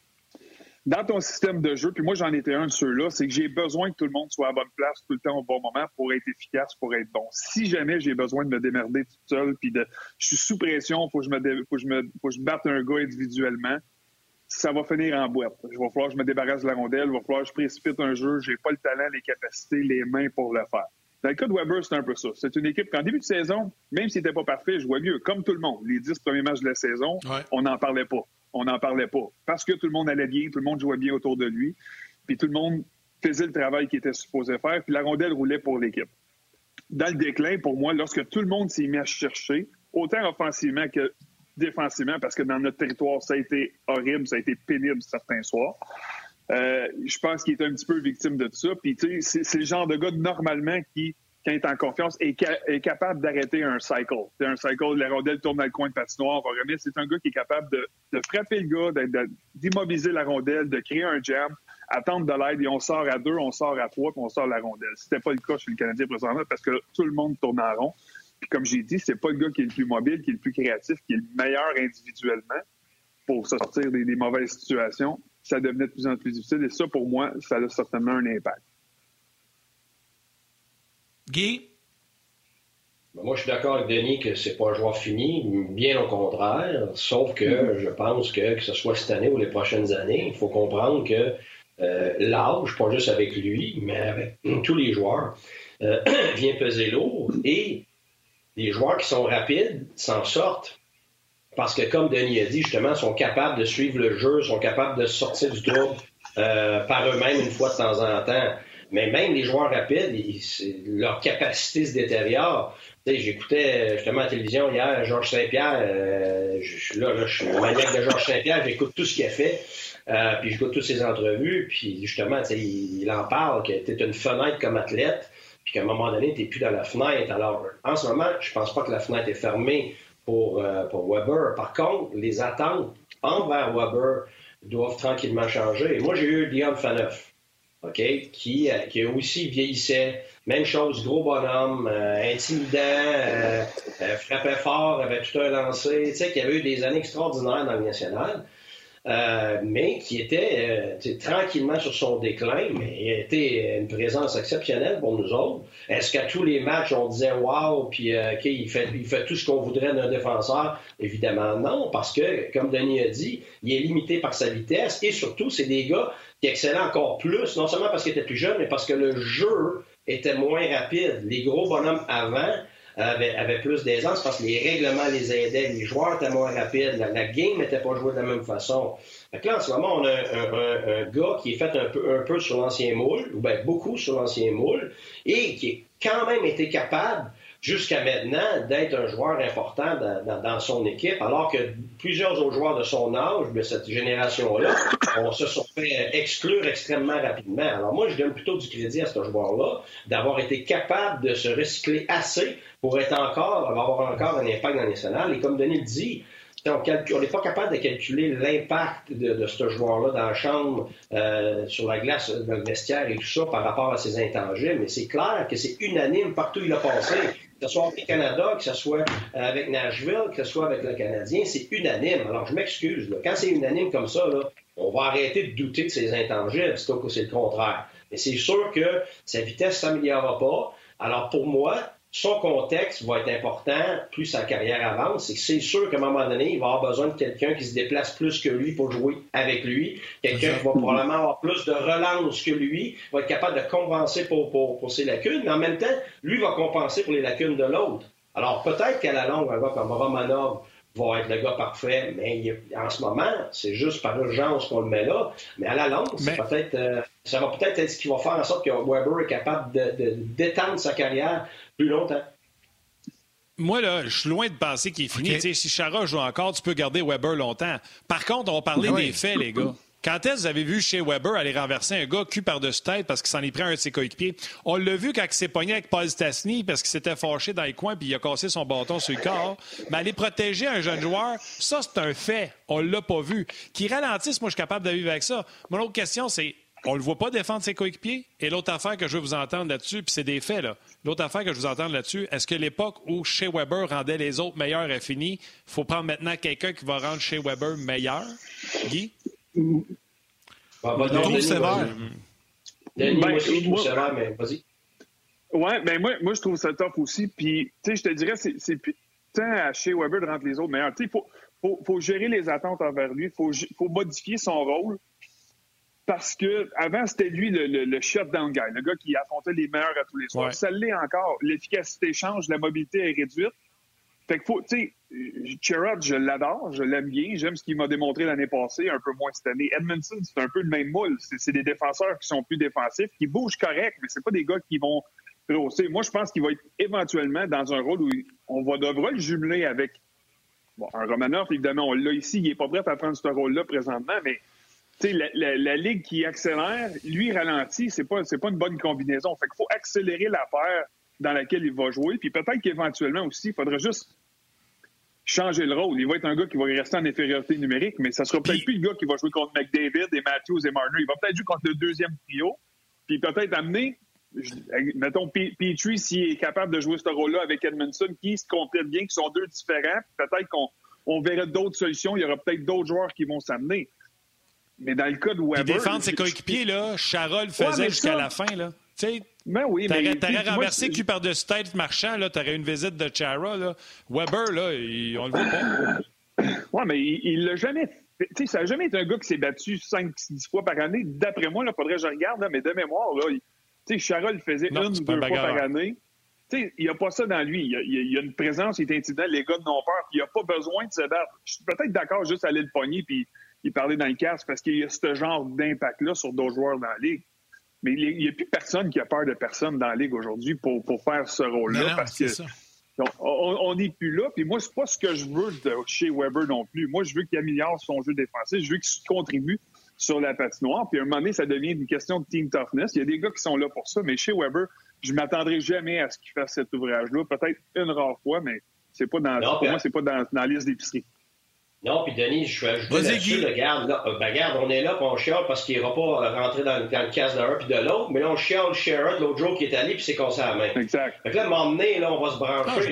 Dans ton système de jeu, puis moi j'en étais un de ceux-là, c'est que j'ai besoin que tout le monde soit à bonne place tout le temps au bon moment pour être efficace, pour être bon. Si jamais j'ai besoin de me démerder tout seul, puis je suis sous pression, faut que je batte un gars individuellement, ça va finir en boîte. Il va falloir que je me débarrasse de la rondelle, il va falloir que je précipite un jeu, j'ai pas le talent, les capacités, les mains pour le faire. Dans le cas de Weber, c'est un peu ça. C'est une équipe qu'en début de saison, même s'il n'était pas parfait, je jouais mieux. Comme tout le monde. Les 10 premiers matchs de la saison, On n'en parlait pas. On n'en parlait pas. Parce que tout le monde allait bien, tout le monde jouait bien autour de lui, puis tout le monde faisait le travail qu'il était supposé faire, puis la rondelle roulait pour l'équipe. Dans le déclin, pour moi, lorsque tout le monde s'est mis à chercher, autant offensivement que défensivement, parce que dans notre territoire, ça a été horrible, ça a été pénible certains soirs, je pense qu'il est un petit peu victime de tout ça. Puis, tu sais, c'est le genre de gars, normalement, qui, quand il est en confiance, est capable d'arrêter un cycle. C'est un cycle, la rondelle tourne dans le coin de patinoire, on remet. C'est un gars qui est capable de frapper le gars, d'immobiliser la rondelle, de créer un jam, attendre de l'aide, et on sort à 2, on sort à 3, puis on sort la rondelle. C'était pas le cas chez le Canadien présentement, parce que tout le monde tourne en rond. Puis, comme j'ai dit, c'est pas le gars qui est le plus mobile, qui est le plus créatif, qui est le meilleur individuellement pour sortir des mauvaises situations. Ça devenait de plus en plus difficile. Et ça, pour moi, ça a certainement un impact. Guy? Moi, je suis d'accord avec Denis que c'est pas un joueur fini, bien au contraire. Sauf que je pense que ce soit cette année ou les prochaines années, il faut comprendre que l'âge, pas juste avec lui, mais avec tous les joueurs, vient peser lourd. Et les joueurs qui sont rapides s'en sortent. Parce que, comme Denis a dit, justement, sont capables de suivre le jeu, sont capables de sortir du trouble par eux-mêmes une fois de temps en temps. Mais même les joueurs rapides, leur capacité se détériore. Tu sais, j'écoutais justement à la télévision hier Georges Saint-Pierre. Je suis maniaque de Georges Saint-Pierre, j'écoute tout ce qu'il a fait. Puis j'écoute toutes ses entrevues. Puis justement, tu sais, il en parle que tu es une fenêtre comme athlète, puis qu'à un moment donné, tu n'es plus dans la fenêtre. Alors, en ce moment, je pense pas que la fenêtre est fermée pour Weber. Par contre, les attentes envers Weber doivent tranquillement changer. Et moi, j'ai eu Dion Phaneuf, qui aussi vieillissait. Même chose, gros bonhomme, intimidant, frappait fort, avait tout un lancer. Tu sais, qui avait eu des années extraordinaires dans le national. Mais qui était tranquillement sur son déclin, mais il a été une présence exceptionnelle pour nous autres. Est-ce qu'à tous les matchs, on disait « wow », puis il fait tout ce qu'on voudrait d'un défenseur? Évidemment non, parce que, comme Denis a dit, il est limité par sa vitesse, et surtout, c'est des gars qui excellaient encore plus, non seulement parce qu'ils étaient plus jeunes, mais parce que le jeu était moins rapide. Les gros bonhommes avant avait plus d'aisance parce que les règlements les aidaient, les joueurs étaient moins rapides, la game n'était pas jouée de la même façon. Fait que là, en ce moment, on a un gars qui est fait un peu sur l'ancien moule, ou bien beaucoup sur l'ancien moule, et qui a quand même été capable jusqu'à maintenant d'être un joueur important dans son équipe, alors que plusieurs autres joueurs de son âge, de cette génération-là, se sont fait exclure extrêmement rapidement. Alors moi, je donne plutôt du crédit à ce joueur-là d'avoir été capable de se recycler assez pour avoir encore un impact dans le national. Et comme Denis le dit, on n'est pas capable de calculer l'impact de ce joueur-là dans la chambre, sur la glace, dans le vestiaire et tout ça par rapport à ses intangibles. Mais c'est clair que c'est unanime partout où il a passé. Que ce soit avec le Canada, que ce soit avec Nashville, que ce soit avec le Canadien, c'est unanime. Alors, je m'excuse. Là. Quand c'est unanime comme ça, là, on va arrêter de douter de ses intangibles, plutôt que c'est le contraire. Mais c'est sûr que sa vitesse ne s'améliorera pas. Alors, pour moi, son contexte va être important plus sa carrière avance. C'est sûr qu'à un moment donné, il va avoir besoin de quelqu'un qui se déplace plus que lui pour jouer avec lui. Quelqu'un qui va probablement avoir plus de relance que lui, va être capable de compenser pour ses lacunes, mais en même temps, lui va compenser pour les lacunes de l'autre. Alors peut-être qu'à la longue, un gars comme Romanov va être le gars parfait, mais en ce moment, c'est juste par urgence qu'on le met là. Mais à la longue, ça va peut-être être ce qui va faire en sorte que Weber est capable de d'étendre sa carrière plus longtemps. Moi, là, je suis loin de penser qu'il est fini. Okay. Si Chara joue encore, tu peux garder Weber longtemps. Par contre, on va parler des faits, les gars. Quand est-ce que vous avez vu chez Weber aller renverser un gars cul par-dessus tête parce qu'il s'en est pris un de ses coéquipiers? On l'a vu quand il s'est pogné avec Paul Stastny parce qu'il s'était fâché dans les coins puis il a cassé son bâton sur le corps. Mais aller protéger un jeune joueur, ça, c'est un fait. On l'a pas vu. Qu'il ralentisse, moi, je suis capable de vivre avec ça. Mon autre question, c'est on le voit pas défendre ses coéquipiers? Et l'autre affaire que je veux vous entendre là-dessus, puis c'est des faits, là. L'autre affaire que je veux vous entendre là-dessus, est-ce que l'époque où chez Weber rendait les autres meilleurs est finie? Il faut prendre maintenant quelqu'un qui va rendre chez Weber meilleur? Guy? Je trouve sévère. Moi aussi, je trouve sévère, mais vas-y. Oui, bien moi, je trouve ça tough aussi. Puis, tu sais, je te dirais, c'est plus tant à chez Weber de rendre les autres meilleurs. Tu sais, il faut gérer les attentes envers lui. Il faut modifier son rôle. Parce que avant c'était lui le shutdown guy, le gars qui affrontait les meilleurs à tous les soirs. Ouais. Ça l'est encore. L'efficacité change, la mobilité est réduite. Fait que tu sais, Sherrod, je l'adore, je l'aime bien. J'aime ce qu'il m'a démontré l'année passée, un peu moins cette année. Edmondson, c'est un peu le même moule. C'est des défenseurs qui sont plus défensifs, qui bougent correct, mais c'est pas des gars qui vont grosser. Moi, je pense qu'il va être éventuellement dans un rôle où on devra le jumeler avec un Romanov. Évidemment, on l'a ici. Il est pas prêt à prendre ce rôle-là présentement, mais tu sais, la ligue qui accélère, lui ralentit, c'est pas une bonne combinaison. Fait qu'il faut accélérer la paire dans laquelle il va jouer. Puis peut-être qu'éventuellement aussi, il faudrait juste changer le rôle. Il va être un gars qui va rester en infériorité numérique, mais ça sera peut-être plus le gars qui va jouer contre McDavid et Matthews et Marner. Il va peut-être jouer contre le deuxième trio. Puis peut-être amener, mettons, Petrie, s'il est capable de jouer ce rôle-là avec Edmondson, qui se complètent bien, qui sont deux différents. Peut-être qu'on verrait d'autres solutions. Il y aura peut-être d'autres joueurs qui vont s'amener. Mais dans le cas de Weber... Puis défendre ses coéquipiers, là, Chara le faisait jusqu'à la fin, là. Tu sais, t'aurais renversé cul par-dessus tête Marchand, là, t'aurais une visite de Chara, là. Weber, là, on le voit pas. Oui, mais il l'a jamais fait. Tu sais, ça n'a jamais été un gars qui s'est battu 5-10 fois par année. D'après moi, il faudrait que je regarde, là, mais de mémoire, là, tu sais, Chara le faisait une ou deux fois par année. Tu sais, il n'y a pas ça dans lui. Il y a une présence, il est intimidant, les gars n'ont peur, puis il n'a pas besoin de se battre. Je suis peut-être d'accord juste à aller le pogner, puis il parlait dans le casque parce qu'il y a ce genre d'impact-là sur d'autres joueurs dans la Ligue. Mais il n'y a plus personne qui a peur de personne dans la Ligue aujourd'hui pour faire ce rôle-là. Non, parce que on n'est plus là. Puis moi, c'est pas ce que je veux de chez Weber non plus. Moi, je veux qu'il améliore son jeu défensif. Je veux qu'il contribue sur la patinoire. Puis à un moment donné, ça devient une question de team toughness. Il y a des gars qui sont là pour ça. Mais chez Weber, je ne m'attendrai jamais à ce qu'il fasse cet ouvrage-là. Peut-être une rare fois, mais c'est pas pour moi, c'est pas dans la liste d'épicerie. Non, puis Denis, je suis ajouté là-dessus. Regarde, on est là, puis on chiale parce qu'il n'ira pas rentrer dans le casse de l'un puis de l'autre, mais là, on chiale Sherrod, l'autre jour qui est allé, puis c'est qu'on s'est à la main. Exact. Fait que là, à un moment donné, là, on va se brancher.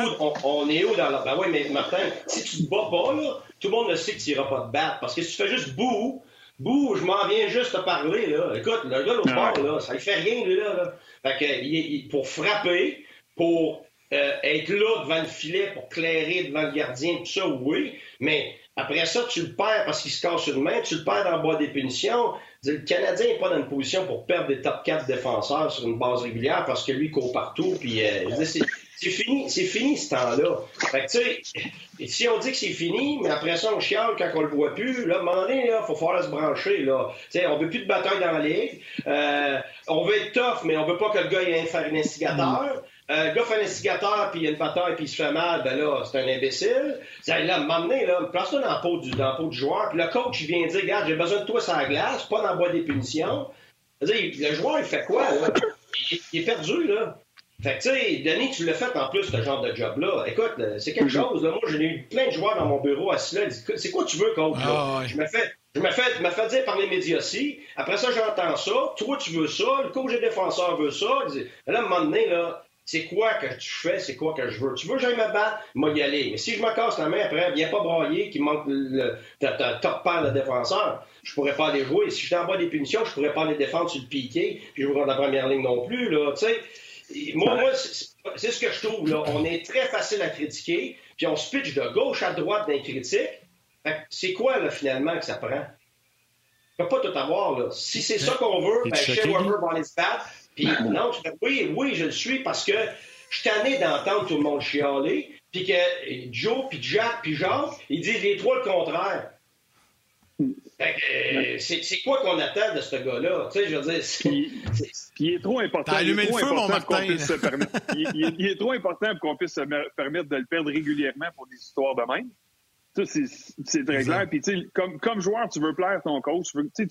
On est où dans la... Ben oui, mais Martin, si tu te bats pas, là, tout le monde le sait que tu n'iras pas te battre. Parce que si tu fais juste bouh, je m'en viens juste te parler, là. Écoute, le gars, l'autre bord, là, ça ne fait rien, lui, là. Fait que, pour frapper, pour... être là devant le filet pour clairer devant le gardien, tout ça, oui. Mais après ça, tu le perds parce qu'il se casse une main, tu le perds dans le bois des punitions. Le Canadien n'est pas dans une position pour perdre des top 4 défenseurs sur une base régulière parce que lui, il court partout. Puis, C'est fini ce temps-là. Fait que, tu sais, si on dit que c'est fini, mais après ça, on chiale quand on le voit plus, là, à un moment donné, il faut falloir se brancher, là. Tu sais, on veut plus de bataille dans la ligue. On veut être tough, mais on veut pas que le gars aille faire un instigateur. Le gars fait un instigateur, puis il y a une bataille, puis il se fait mal, ben là, c'est un imbécile. Là, à un moment donné, là, place-toi dans la peau du joueur, puis le coach, il vient dire, regarde, j'ai besoin de toi sur la glace, pas d'envoyer des punitions. Le joueur, il fait quoi, là? Il est perdu, là. Fait que, tu sais, Denis, tu l'as fait en plus, ce genre de job-là. Écoute, c'est quelque chose, là. Moi, j'ai eu plein de joueurs dans mon bureau assis là. Ils disent, c'est quoi tu veux, coach, là? Je me fais dire par les médias aussi. Après ça, j'entends ça. Toi, tu veux ça. Le coach et défenseur veut ça. Là, à un moment donné, là, c'est quoi que tu fais? C'est quoi que je veux? Tu veux que j'aille me battre? Moi, y aller. Mais si je me casse la main après, viens pas brailler qu'il manque ta top paire de défenseurs. Je pourrais pas les jouer. Si je t'envoie des punitions, je pourrais pas les défendre sur le piqué. Puis je jouerai dans la première ligne non plus, là. Tu sais. Moi, c'est ce que je trouve, là. On est très facile à critiquer, puis on se pitche de gauche à droite dans les critiques. C'est quoi, là, finalement, que ça prend? On peut pas tout avoir, là. Si c'est ça qu'on veut, ben, Shea Weber va aller se battre. Puis non, oui, je le suis, parce que je suis tanné d'entendre tout le monde chialer, puis que Joe, puis Jack, puis Jacques, ils disent les trois le contraire. C'est quoi qu'on attend de ce gars-là? Tu sais, je veux dire, il est trop important. T'as allumé le feu, mon Martin. Il est trop important pour qu'on puisse se permettre de le perdre régulièrement pour des histoires de même. Ça, c'est très clair. Puis, tu sais, comme joueur, tu veux plaire ton coach.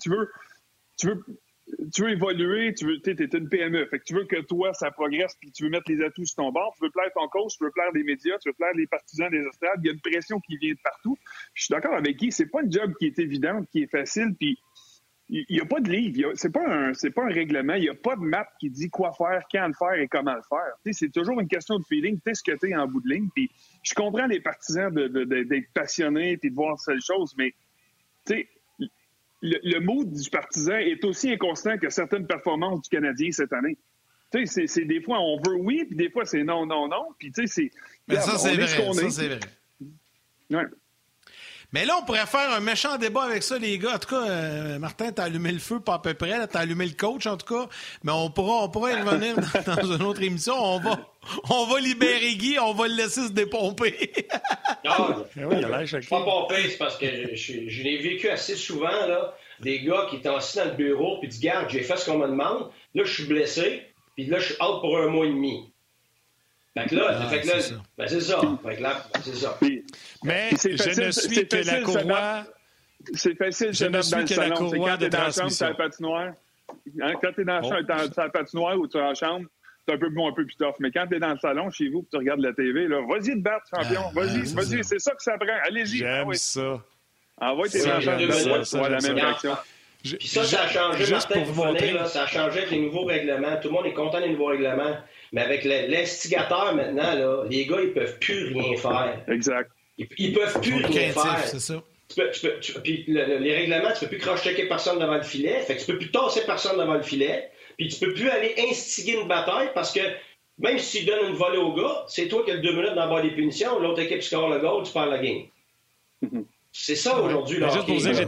Tu veux évoluer, tu es une PME. Fait que tu veux que toi, ça progresse, puis tu veux mettre les atouts sur ton bord. Tu veux plaire ton coach, tu veux plaire les médias, tu veux plaire les partisans des estrades. Il y a une pression qui vient de partout. Je suis d'accord avec Guy, c'est pas une job qui est évidente, qui est facile, puis il n'y a pas de livre. C'est pas un règlement. Il n'y a pas de map qui dit quoi faire, quand le faire et comment le faire. Tu sais, c'est toujours une question de feeling. Tu sais ce que tu es en bout de ligne. Puis je comprends les partisans d'être passionnés et de voir cette chose, mais tu sais, le mood du partisan est aussi inconstant que certaines performances du Canadien cette année. Tu sais, c'est des fois on veut oui, puis des fois c'est non. Puis tu sais, c'est. Mais ça, c'est vrai. Ça, c'est vrai. Ouais. Mais là, on pourrait faire un méchant débat avec ça, les gars. En tout cas, Martin, t'as allumé le feu, pas à peu près. T'as allumé le coach, en tout cas. Mais on pourra y revenir dans une autre émission. On va libérer Guy, on va le laisser se dépomper. Non, oui, il a l'air choqué. Pas pomper, c'est parce que je l'ai vécu assez souvent, là. Des gars qui étaient assis dans le bureau, puis disent, garde, j'ai fait ce qu'on me demande. Là, je suis blessé, puis là, je suis out pour 1 mois et demi. Fait que là, c'est ça. C'est ça. Fait que là, c'est ça. Mais je ne suis que la courroie. C'est facile de mettre dans le salon. C'est quand t'es dans la chambre, t'as la patinoire. Quand t'es dans la patinoire ou tu es en chambre, c'est un peu plus tough. Mais quand t'es dans le salon, chez vous, puis tu regardes la TV, là, vas-y te battre, champion. Vas-y, c'est ça que ça prend. Allez-y. J'aime ça. Envoie tes enchants de la même réaction. Puis ça a changé, juste Martin, pour vous montrer. Là, ça a changé avec les nouveaux règlements. Tout le monde est content des nouveaux règlements. Mais avec l'instigateur maintenant, là, les gars, ils peuvent plus rien faire. Exact. Ils peuvent plus rien faire. C'est ça. Puis les règlements, tu peux plus cross-checker personne devant le filet. Fait que tu peux plus tasser personne devant le filet. Puis tu peux plus aller instiguer une bataille parce que même si tu donnes une volée au gars, c'est toi qui as 2 minutes d'avoir des punitions. L'autre équipe score le goal, tu perds la game. C'est ça aujourd'hui. Là,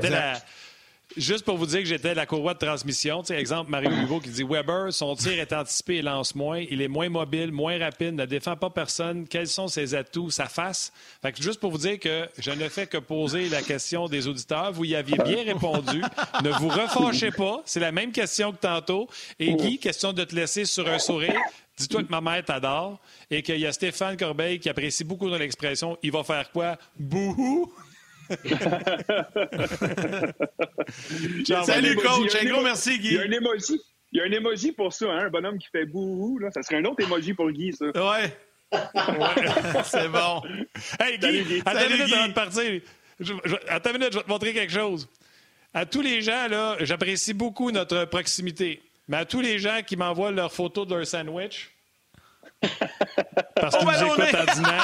Juste pour vous dire que j'étais la courroie de transmission. T'sais, exemple, Mario Hugo qui dit Weber, son tir est anticipé et lance moins. Il est moins mobile, moins rapide, ne défend pas personne. Quels sont ses atouts, sa face? Fait que juste pour vous dire que je ne fais que poser la question des auditeurs. Vous y aviez bien répondu. Ne vous refâchez pas. C'est la même question que tantôt. Et Guy, question de te laisser sur un sourire. Dis-toi que ma mère t'adore et qu'il y a Stéphane Corbeil qui apprécie beaucoup dans l'expression. Il va faire quoi? Bouhou! Salut, coach. Un gros merci, Guy. Il y a un emoji pour ça, hein? Un bonhomme qui fait bouhou. Là. Ça serait un autre emoji pour Guy, ça. Ouais. C'est bon. Hey, Guy, attends une minute avant de partir. Attends une minute, je vais te montrer quelque chose. À tous les gens, là, j'apprécie beaucoup notre proximité. Mais à tous les gens qui m'envoient leurs photos de leur sandwich, parce qu'ils nous écoutent à dîner.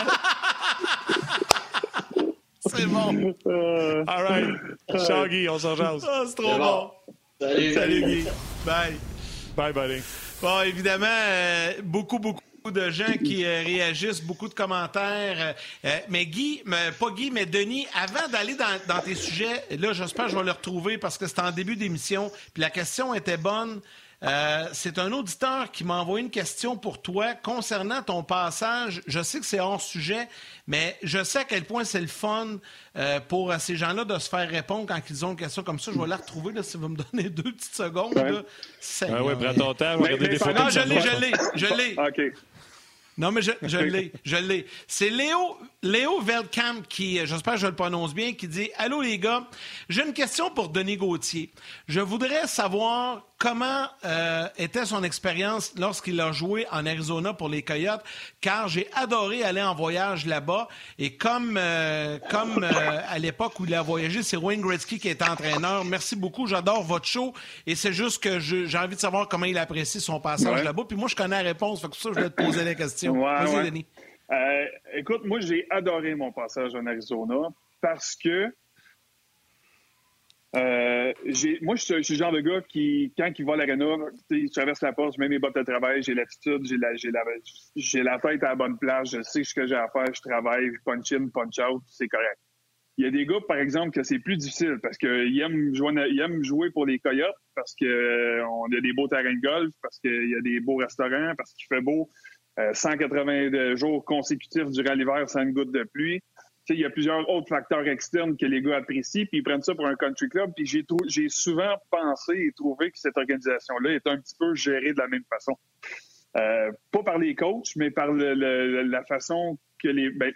C'est bon. All right. Ciao, Guy, on s'en jase. Oh, c'est trop bon. Salut, Guy. Bye. Bye, buddy. Bon, évidemment, beaucoup de gens qui réagissent, beaucoup de commentaires. Mais Guy, pas Guy, mais Denis, avant d'aller dans tes sujets, là, j'espère que je vais le retrouver parce que c'était en début d'émission, puis la question était bonne. C'est un auditeur qui m'a envoyé une question pour toi concernant ton passage. Je sais que c'est hors sujet, mais je sais à quel point c'est le fun pour ces gens-là de se faire répondre quand ils ont une question comme ça. Je vais la retrouver là, si vous me donnez 2 petites secondes. Ouais. Là. Oui, prends ton temps. Regarder des photos. Non, je l'ai. OK. Non, mais je l'ai. C'est Léo Veldkamp qui, j'espère que je le prononce bien, qui dit « Allô les gars, j'ai une question pour Denis Gauthier. Je voudrais savoir comment était son expérience lorsqu'il a joué en Arizona pour les Coyotes, car j'ai adoré aller en voyage là-bas. Et comme à l'époque où il a voyagé, c'est Wayne Gretzky qui était entraîneur. Merci beaucoup, j'adore votre show. Et c'est juste que j'ai envie de savoir comment il apprécie son passage là-bas. Puis moi, je connais la réponse, fait que ça, je vais te poser la question. Vas-y, Denis. Écoute, moi, j'ai adoré mon passage en Arizona parce que moi, je suis le genre de gars qui, quand il va à l'aréna, je traverse la porte, je mets mes bottes de travail, j'ai l'attitude, j'ai la tête à la bonne place, je sais ce que j'ai à faire, je travaille, je punch in, punch out, c'est correct. Il y a des gars, par exemple, que c'est plus difficile parce qu'ils aiment jouer pour les Coyotes, parce qu'on a des beaux terrains de golf, parce qu'il y a des beaux restaurants, parce qu'il fait beau. 180 jours consécutifs durant l'hiver sans une goutte de pluie. Il y a plusieurs autres facteurs externes que les gars apprécient, puis ils prennent ça pour un country club. Puis j'ai souvent pensé et trouvé que cette organisation-là est un petit peu gérée de la même façon. Pas par les coachs, mais par la façon que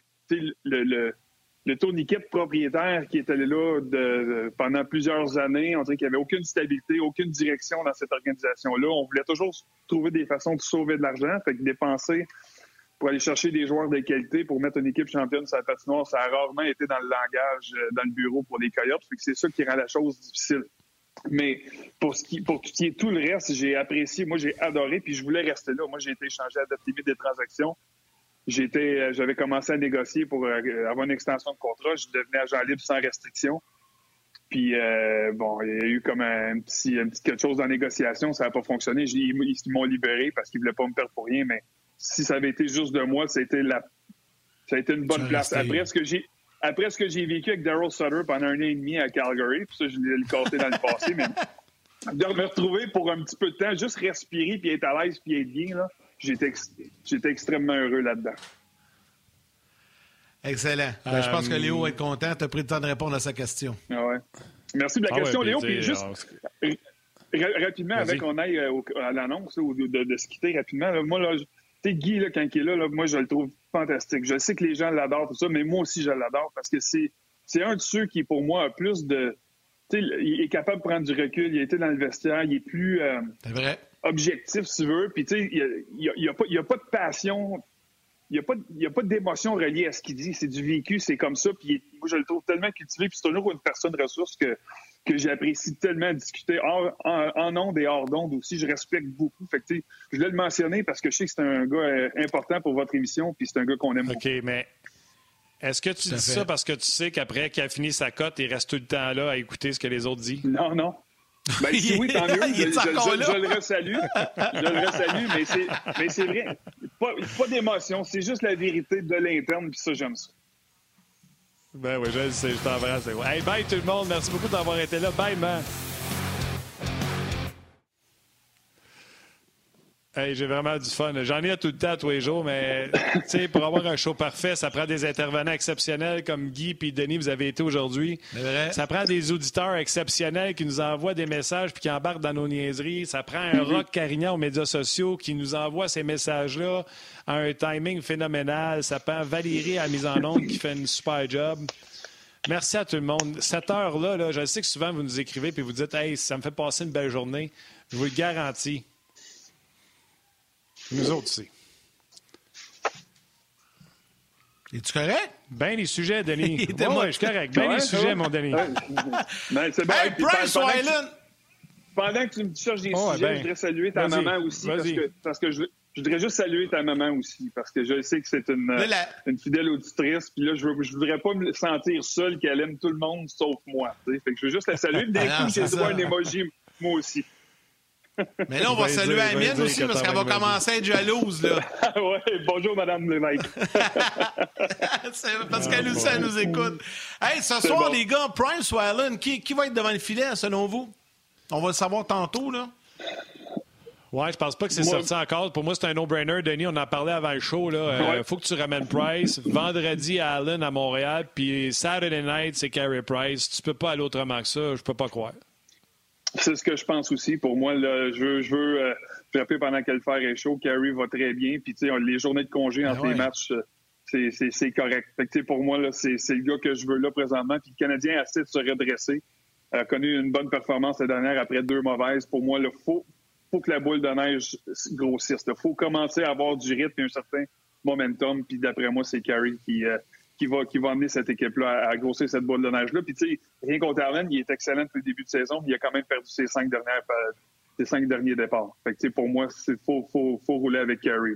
le tourniquet propriétaire qui était là pendant plusieurs années. On dirait qu'il n'y avait aucune stabilité, aucune direction dans cette organisation-là. On voulait toujours trouver des façons de sauver de l'argent, fait que dépenser pour aller chercher des joueurs de qualité pour mettre une équipe championne sur la patinoire, ça a rarement été dans le langage, dans le bureau pour les Coyotes. Fait que c'est ça qui rend la chose difficile. Mais pour tout le reste, j'ai apprécié, moi j'ai adoré, puis je voulais rester là. Moi, j'ai été échangé à date limite des transactions. J'avais commencé à négocier pour avoir une extension de contrat. Je devenais agent libre sans restriction. Puis, il y a eu comme un petit quelque chose dans la négociation. Ça n'a pas fonctionné. Ils m'ont libéré parce qu'ils ne voulaient pas me perdre pour rien. Mais si ça avait été juste de moi, ça a été une bonne place. Après ce que j'ai vécu avec Daryl Sutter pendant 1 an et demi à Calgary, puis ça, je l'ai compté dans le passé, mais de me retrouver pour un petit peu de temps, juste respirer, puis être à l'aise, puis être bien, là. J'étais extrêmement heureux là-dedans. Excellent. Je pense que Léo va être content. Tu as pris le temps de répondre à sa question. Ah ouais. Merci de la question, Léo. Puis juste rapidement, Vas-y. avant qu'on aille à l'annonce ou de se quitter rapidement, là, moi, là, tu sais, Guy, là, quand il est là, moi, je le trouve fantastique. Je sais que les gens l'adorent, tout ça, mais moi aussi, je l'adore parce que c'est un de ceux qui, pour moi, a plus de... Tu sais, il est capable de prendre du recul. Il a été dans le vestiaire. Il est plus... C'est vrai. Objectif, si tu veux. Puis, tu sais, il n'y a pas de passion. Il n'y a pas d'émotion reliée à ce qu'il dit. C'est du vécu, c'est comme ça. Puis, moi, je le trouve tellement cultivé. Puis, c'est toujours une personne ressource que j'apprécie tellement discuter en ondes et hors d'ondes aussi. Je respecte beaucoup. Fait que, tu sais, je voulais le mentionner parce que je sais que c'est un gars important pour votre émission. Puis, c'est un gars qu'on aime beaucoup. OK, mais est-ce que tu dis ça parce que tu sais qu'après qu'il a fini sa cote, il reste tout le temps là à écouter ce que les autres disent? Non. Ben, si oui, tant mieux. Je le resalue. Mais c'est vrai. Pas d'émotion. C'est juste la vérité de l'interne, puis ça, j'aime ça. Ben oui, je le sais. Je t'embrasse. Hey, bye tout le monde. Merci beaucoup d'avoir été là. Bye, man. Hey, j'ai vraiment du fun. J'en ai tout le temps tous les jours, mais tu sais, pour avoir un show parfait, ça prend des intervenants exceptionnels comme Guy et Denis, vous avez été aujourd'hui. Ça prend des auditeurs exceptionnels qui nous envoient des messages puis qui embarquent dans nos niaiseries. Ça prend un Rock Carignan aux médias sociaux qui nous envoie ces messages-là à un timing phénoménal. Ça prend Valérie à la mise en onde qui fait une super job. Merci à tout le monde. Cette heure-là, là, je sais que souvent vous nous écrivez et vous dites « Hey, ça me fait passer une belle journée ». Je vous le garantis. Nous autres, c'est. Es-tu correct? Ben les sujets, Denis. Moi, je suis correct. Ben les sujets, mon Denis. Ben, c'est bon. Hey, Price Island! Pendant que tu me cherches des sujets, je voudrais saluer ta maman aussi. Parce que je voudrais juste saluer ta maman aussi. Parce que je sais que c'est une fidèle auditrice. Puis là, je voudrais pas me sentir seul qu'elle aime tout le monde sauf moi. Fait que je veux juste la saluer. D'un coup, j'ai le droit à un emoji, moi aussi. Mais là, on va saluer Amine aussi parce qu'elle va commencer à être jalouse, là. Oui, bonjour, Mme Lévesque. Parce qu'elle aussi, elle nous écoute. Hey, ce soir, les gars, Price ou Allen, qui va être devant le filet, selon vous? On va le savoir tantôt, là. Oui, je pense pas que c'est sorti encore. Pour moi, c'est un no-brainer. Denis, on en parlait avant le show. Il faut que tu ramènes Price. Vendredi à Allen, à Montréal. Puis Saturday night, c'est Carey Price. Tu peux pas aller autrement que ça. Je peux pas croire. C'est ce que je pense aussi. Pour moi, là, je veux frapper pendant que le fer est chaud. Carey va très bien. Puis, tu sais, les journées de congé entre les matchs, c'est correct. Fait que, pour moi, là, c'est le gars que je veux là présentement. Puis le Canadien essaie de se redresser. A connu une bonne performance la dernière après 2 mauvaises. Pour moi, il faut que la boule de neige grossisse. Il faut commencer à avoir du rythme et un certain momentum. Puis d'après moi, c'est Carey qui va amener cette équipe-là à grossir cette boule de neige-là. Puis tu sais, rien contre Allen, il est excellent depuis le début de saison. Il a quand même perdu ses 5 derniers départs. Fait que tu sais, pour moi, il faut rouler avec Carey.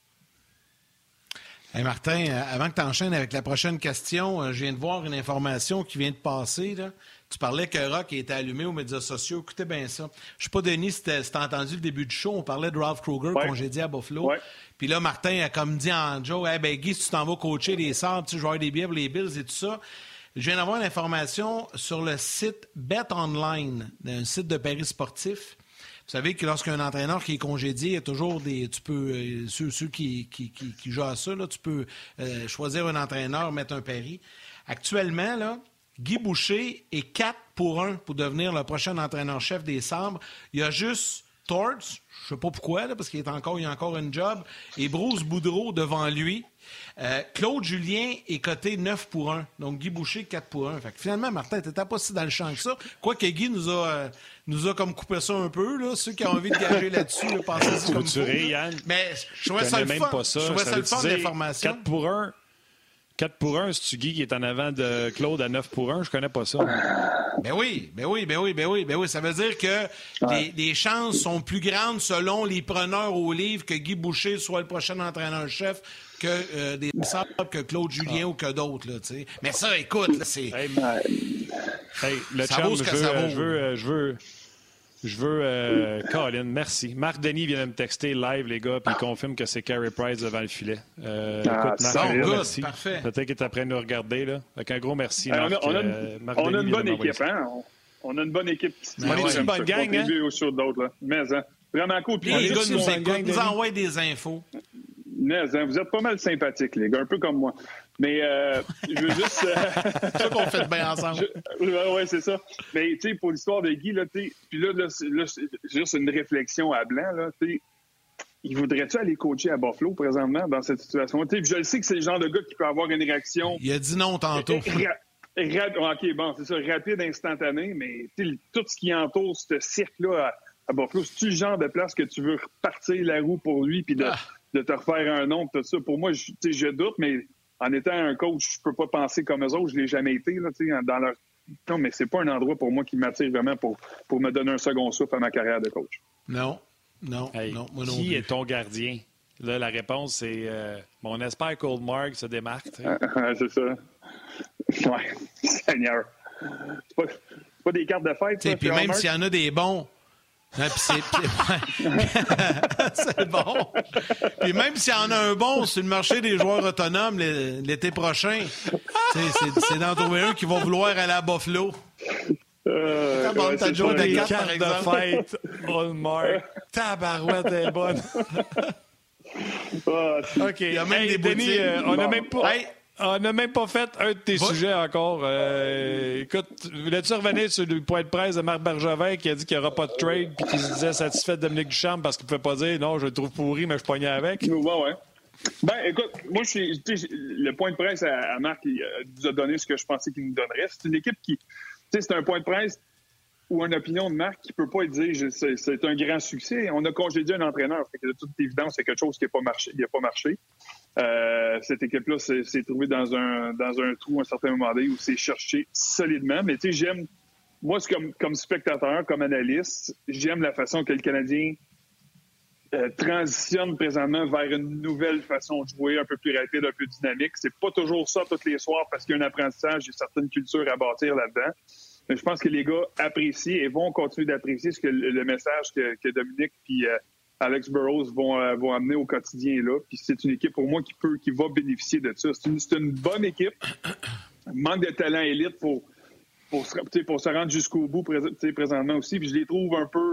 Hey Martin, avant que tu enchaînes avec la prochaine question, je viens de voir une information qui vient de passer. Là. Tu parlais que Rock était allumé aux médias sociaux. Écoutez bien ça. Je sais pas, Denis, si t'as entendu le début du show, on parlait de Ralph Kruger, congédié à Buffalo. Ouais. Puis là, Martin a comme dit en Joe, hey, ben Guy, si tu t'en vas coacher les Sabres, tu jouer des billets pour les Bills et tout ça. Je viens d'avoir l'information sur le site Bet Online, un site de paris sportif. Vous savez que lorsqu'un entraîneur qui est congédié, il y a toujours ceux qui jouent à ça, là, tu peux choisir un entraîneur, mettre un pari. Actuellement, là, Guy Boucher est 4-1 pour devenir le prochain entraîneur-chef des Sabres. Il y a juste Torts, je ne sais pas pourquoi, là, parce qu'il y a encore une job, et Bruce Boudreau devant lui. Claude Julien est coté 9-1. Donc, Guy Boucher, 4-1. Fait que finalement, Martin, t'étais pas si dans le champ que ça. Quoique Guy nous a comme coupé ça un peu, là. Ceux qui ont envie de gager là-dessus, là, pensez-y comme ça. Yann. Mais je trouvais ça le fun. Je trouvais ça le fun, l'information. 4-1, c'est-tu Guy qui est en avant de Claude à 9-1? Je connais pas ça. Ben oui. Ça veut dire que les chances sont plus grandes selon les preneurs au livre que Guy Boucher soit le prochain entraîneur-chef que des Sabres, que Claude Julien ou que d'autres, là, tu sais. Mais ça, écoute, là, c'est... le ça chum, vaut ce que ça vaut. Je veux Colin, merci. Marc Denis vient de me texter live, les gars, puis il confirme que c'est Carey Price devant le filet. Écoute, Marc, merci. Parfait. Peut-être qu'il est après nous regarder, là. Avec un gros merci, Marc. On a une bonne équipe, hein? On a une bonne équipe. On est une bonne gang, hein? D'autres, là. Mais, hein, vraiment cool. Puis les gars nous envoient des infos. Mais, hein, vous êtes pas mal sympathiques, les gars, un peu comme moi. Mais je veux juste... c'est ça qu'on fait bien ensemble. Oui, c'est ça. Mais tu sais, pour l'histoire de Guy, là, puis là, c'est juste une réflexion à blanc, là, tu sais, il voudrait-tu aller coacher à Buffalo présentement dans cette situation? Tu sais, je le sais que c'est le genre de gars qui peut avoir une réaction... Il a dit non tantôt. OK, bon, c'est ça, rapide, instantané, mais tout ce qui entoure ce cirque-là à Buffalo, c'est-tu le genre de place que tu veux repartir la roue pour lui puis de te refaire un nom, tout ça? Pour moi, je doute, mais... En étant un coach, je peux pas penser comme eux autres. Je l'ai jamais été là, dans leur. Non, mais c'est pas un endroit pour moi qui m'attire vraiment pour me donner un second souffle à ma carrière de coach. Non. Hey, non. Moi non qui plus. est ton gardien? Là, la réponse, c'est on espère qu'Oldmark se démarque. C'est ça. Ouais, Seigneur. C'est pas des cartes de fête. Puis même s'il y en a des bons. C'est bon. Puis même s'il y en a un bon sur le marché des joueurs autonomes l'été prochain, c'est d'en trouver un qui va vouloir aller à Buffalo. T'as joué des cartes de fête, Hallmark. Tabarouette est bonne. OK. Il y a même des boutiques. Denis, on n'a même pas fait un de tes sujets encore. Écoute, voulais-tu revenir sur le point de presse de Marc Bergevin qui a dit qu'il n'y aura pas de trade puis qui se disait satisfait de Dominique Ducharme parce qu'il ne pouvait pas dire non, je le trouve pourri, mais je pognais avec? Ouais. Ben, écoute, moi, le point de presse à Marc, il nous a donné ce que je pensais qu'il nous donnerait. C'est une équipe qui... Tu sais, c'est un point de presse ou une opinion de Marc qui ne peut pas dire c'est un grand succès. On a congédié un entraîneur. Fait que de toute évidence, c'est quelque chose qui n'a pas marché. Cette équipe-là s'est trouvée dans un trou à un certain moment donné où c'est cherché solidement. Mais tu sais, moi, c'est comme spectateur, comme analyste, j'aime la façon que le Canadien transitionne présentement vers une nouvelle façon de jouer, un peu plus rapide, un peu dynamique. C'est pas toujours ça tous les soirs parce qu'il y a un apprentissage, il y a certaines cultures à bâtir là-dedans. Mais je pense que les gars apprécient et vont continuer d'apprécier le message que Dominique puis Alex Burrows vont amener au quotidien là. Puis c'est une équipe pour moi qui va bénéficier de ça. C'est une bonne équipe. Manque de talent élite pour se rendre jusqu'au bout présentement aussi. Puis je les trouve un peu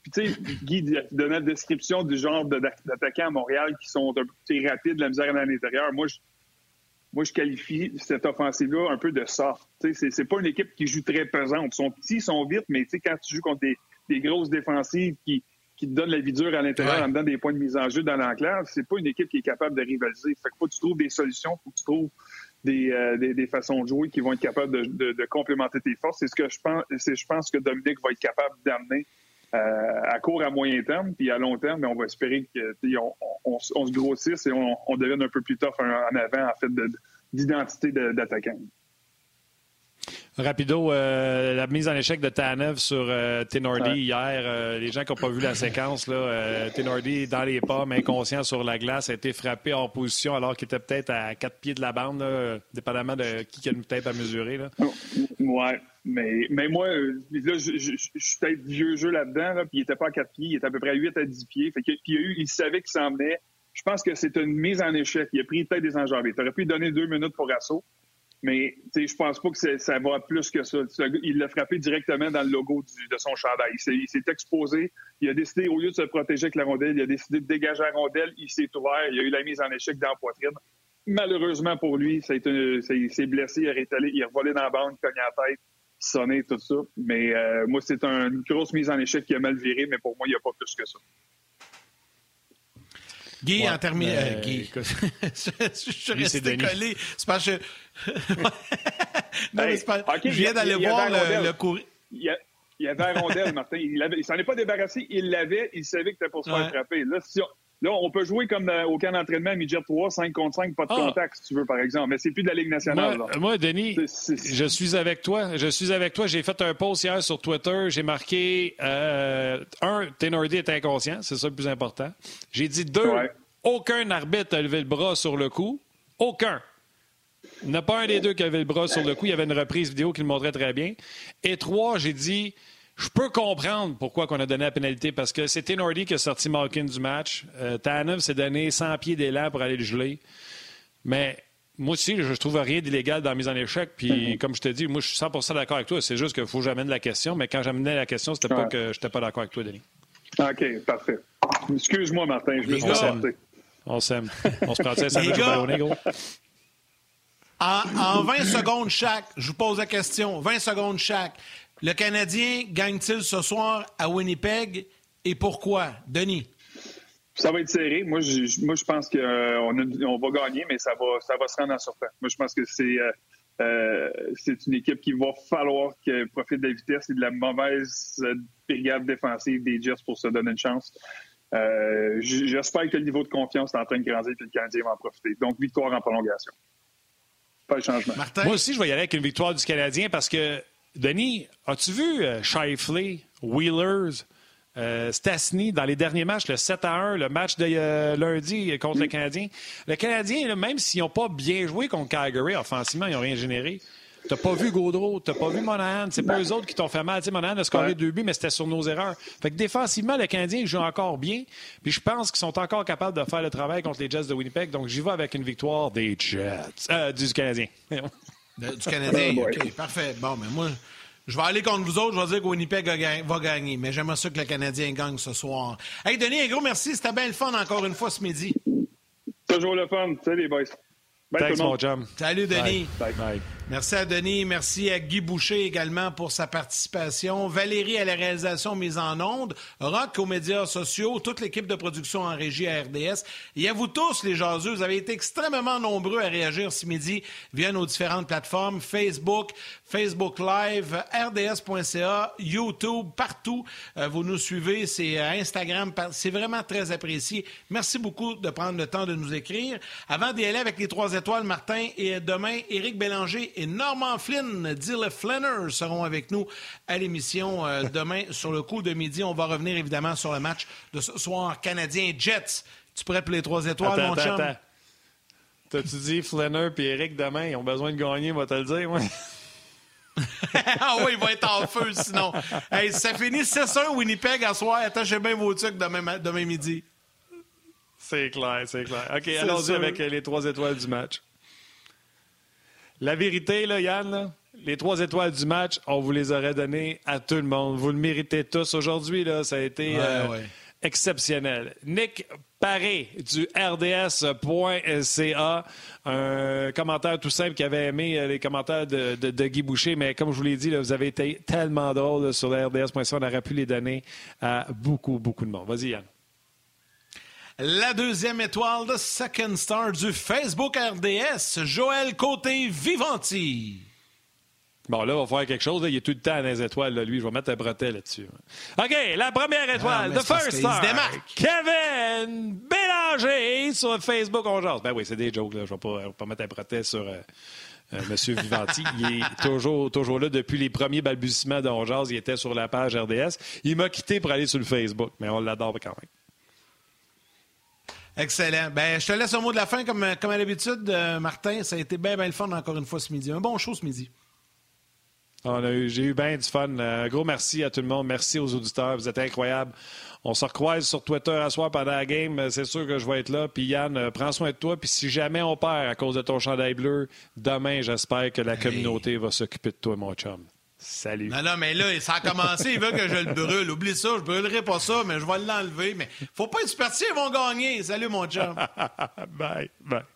Puis, tu sais, Guy donnait la description du genre d'attaquants à Montréal qui sont un peu rapides, la misère à l'intérieur. Moi, je qualifie cette offensive-là un peu de soft. Tu sais, c'est pas une équipe qui joue très pesante. Ils sont petits, ils sont vite, mais tu sais, quand tu joues contre des grosses défensives qui te donnent la vie dure à l'intérieur en donnant des points de mise en jeu dans l'enclave, c'est pas une équipe qui est capable de rivaliser. Fait que faut que tu trouves des solutions, faut que tu trouves des façons de jouer qui vont être capables de complémenter tes forces. C'est ce que je pense que Dominique va être capable d'amener à court, à moyen terme, puis à long terme, mais on va espérer qu'on se grossisse et on devienne un peu plus tough en avant, en fait, d'identité d'attaquant. Rapido, la mise en échec de Tanev sur Tinordi hier. Les gens qui n'ont pas vu la séquence, Tinordi dans les pommes, inconscient sur la glace, a été frappé hors position alors qu'il était peut-être à 4 pieds de la bande, là, dépendamment de qui a une tête à mesurer. Là. Ouais, mais moi, là, je suis peut-être vieux jeu là-dedans, là, puis il n'était pas à 4 pieds, il était à peu près à 8 à 10 pieds. Fait il savait qu'il s'en venait. Je pense que c'est une mise en échec. Il a pris peut-être des enjambées. Tu aurais pu lui donner 2 minutes pour assaut. Mais je pense pas que ça va plus que ça. Il l'a frappé directement dans le logo de son chandail. Il s'est exposé. Il a décidé, au lieu de se protéger avec la rondelle, il a décidé de dégager la rondelle. Il s'est ouvert. Il a eu la mise en échec dans la poitrine. Malheureusement pour lui, il s'est blessé. Il est revolé dans la bande, cogné à la tête, sonné, tout ça. Mais moi, c'est une grosse mise en échec qui a mal viré. Mais pour moi, il n'y a pas plus que ça. Guy, en terminant. Guy, je suis resté collé. C'est parce que. Non, mais c'est pas. Okay, je viens d'aller voir le courrier. Il y avait la rondelle, Martin. Il s'en est pas débarrassé. Il l'avait. Il savait que c'était pour se faire frapper. Là, on peut jouer comme au camp d'entraînement à midget 3, 5 contre 5, pas de contact, si tu veux, par exemple. Mais c'est plus de la Ligue nationale. Moi, Denis, je suis avec toi. J'ai fait un post hier sur Twitter. J'ai marqué Tenordi est inconscient. C'est ça le plus important. J'ai dit 2, aucun arbitre a levé le bras sur le coup. Aucun. Il n'y en a pas un des deux qui a levé le bras sur le coup. Il y avait une reprise vidéo qui le montrait très bien. Et 3, j'ai dit... Je peux comprendre pourquoi on a donné la pénalité, parce que c'est Tenordi qui a sorti Malkin du match. Tanev s'est donné 100 pieds d'élan pour aller le geler. Mais moi aussi, je trouve rien d'illégal dans la mise en échec. Puis, comme je te dis, moi, je suis 100% d'accord avec toi. C'est juste qu'il faut que j'amène la question. Mais quand j'amenais la question, c'était pas que je n'étais pas d'accord avec toi, Denis. OK, parfait. Excuse-moi, Martin. Je me suis emporté. On s'aime. On se prend ça à ballonner, gros. En 20 secondes chaque, je vous pose la question. 20 secondes chaque. Le Canadien gagne-t-il ce soir à Winnipeg et pourquoi? Denis? Ça va être serré. Moi, je pense qu'on va gagner, mais ça va se rendre en surtemps. Moi, je pense que c'est une équipe qui va falloir qu'elle profite de la vitesse et de la mauvaise brigade défensive des Jets pour se donner une chance. J'espère que le niveau de confiance est en train de grandir et que le Canadien va en profiter. Donc, victoire en prolongation. Pas de changement. Martin? Moi aussi, je vais y aller avec une victoire du Canadien parce que Denis, as-tu vu Scheifele, Wheelers, Stastny dans les derniers matchs, le 7-1, le match de lundi contre le Canadien? Le Canadien, là, même s'ils n'ont pas bien joué contre Calgary, offensivement, ils n'ont rien généré. T'as pas vu Gaudreau, t'as pas vu Monahan. C'est pas eux autres qui t'ont fait mal. Tu sais, Monahan a scoré 2 buts, mais c'était sur nos erreurs. Fait que défensivement, le Canadien joue encore bien. Puis je pense qu'ils sont encore capables de faire le travail contre les Jets de Winnipeg. Donc j'y vais avec une victoire des Jets. Du Canadien. Du Canadien, OK, parfait. Bon, mais moi, je vais aller contre vous autres. Je vais dire que Winnipeg va gagner. Mais j'aimerais ça que le Canadien gagne ce soir. Hey, Denis, un gros merci. C'était bien le fun encore une fois ce midi. Toujours le fun. Salut, les boys. Bye, thanks, mon chum. Salut, Denis. Bye. Bye. Merci à Denis. Merci à Guy Boucher également pour sa participation. Valérie à la réalisation mise en onde. Rock aux médias sociaux. Toute l'équipe de production en régie à RDS. Et à vous tous, les jaseux. Vous avez été extrêmement nombreux à réagir ce midi via nos différentes plateformes. Facebook Live, RDS.ca, YouTube, partout. Vous nous suivez. C'est Instagram. C'est vraiment très apprécié. Merci beaucoup de prendre le temps de nous écrire. Avant d'y aller avec les 3 étoiles, Martin, et demain, Éric Bélanger et Norman Flynn, dit le Flanner, seront avec nous à l'émission demain sur le coup de midi. On va revenir évidemment sur le match de ce soir Canadien-Jets. Tu prêt pour les 3 étoiles, mon chum? Attends. T'as-tu dit Flanner et Éric demain, ils ont besoin de gagner, va te le dire, moi? Ah oui, il va être en feu sinon. Hey, ça finit 6-1 Winnipeg à soir. Attachez bien vos trucs demain midi. C'est clair. OK, allons-y avec les 3 étoiles du match. La vérité, là, Yann, là, les 3 étoiles du match, on vous les aurait données à tout le monde. Vous le méritez tous. Aujourd'hui, là, ça a été exceptionnel. Nick Paré du RDS.ca, un commentaire tout simple qui avait aimé les commentaires de Guy Boucher, mais comme je vous l'ai dit, là, vous avez été tellement drôle là, sur le RDS.ca, on aurait pu les donner à beaucoup, beaucoup de monde. Vas-y, Yann. La 2e étoile de Second Star du Facebook RDS, Joël Côté-Vivanti. Bon, là, on va faire quelque chose. Là. Il est tout le temps dans les étoiles, là, lui. Je vais mettre un bretet là-dessus. OK, la première étoile, The First Star, Kevin Bélanger sur Facebook. On jase. Ben oui, c'est des jokes. Là. Je vais pas mettre un bretet sur Monsieur Vivanti. Il est toujours là depuis les premiers balbutiements d'On jase. Il était sur la page RDS. Il m'a quitté pour aller sur le Facebook, mais on l'adore quand même. Excellent. Ben, je te laisse un mot de la fin, comme à l'habitude, Martin. Ça a été bien le fun encore une fois ce midi. Un bon show ce midi. J'ai eu bien du fun. Gros merci à tout le monde. Merci aux auditeurs. Vous êtes incroyables. On se recroise sur Twitter à soir pendant la game. C'est sûr que je vais être là. Puis Yann, prends soin de toi. Puis si jamais on perd à cause de ton chandail bleu, demain, j'espère que la communauté va s'occuper de toi, mon chum. Salut. Non, mais là, ça a commencé. Il veut que je le brûle. Oublie ça, je brûlerai pas ça, mais je vais l'enlever. Mais faut pas être superstitieux, ils vont gagner. Salut, mon chum. Bye.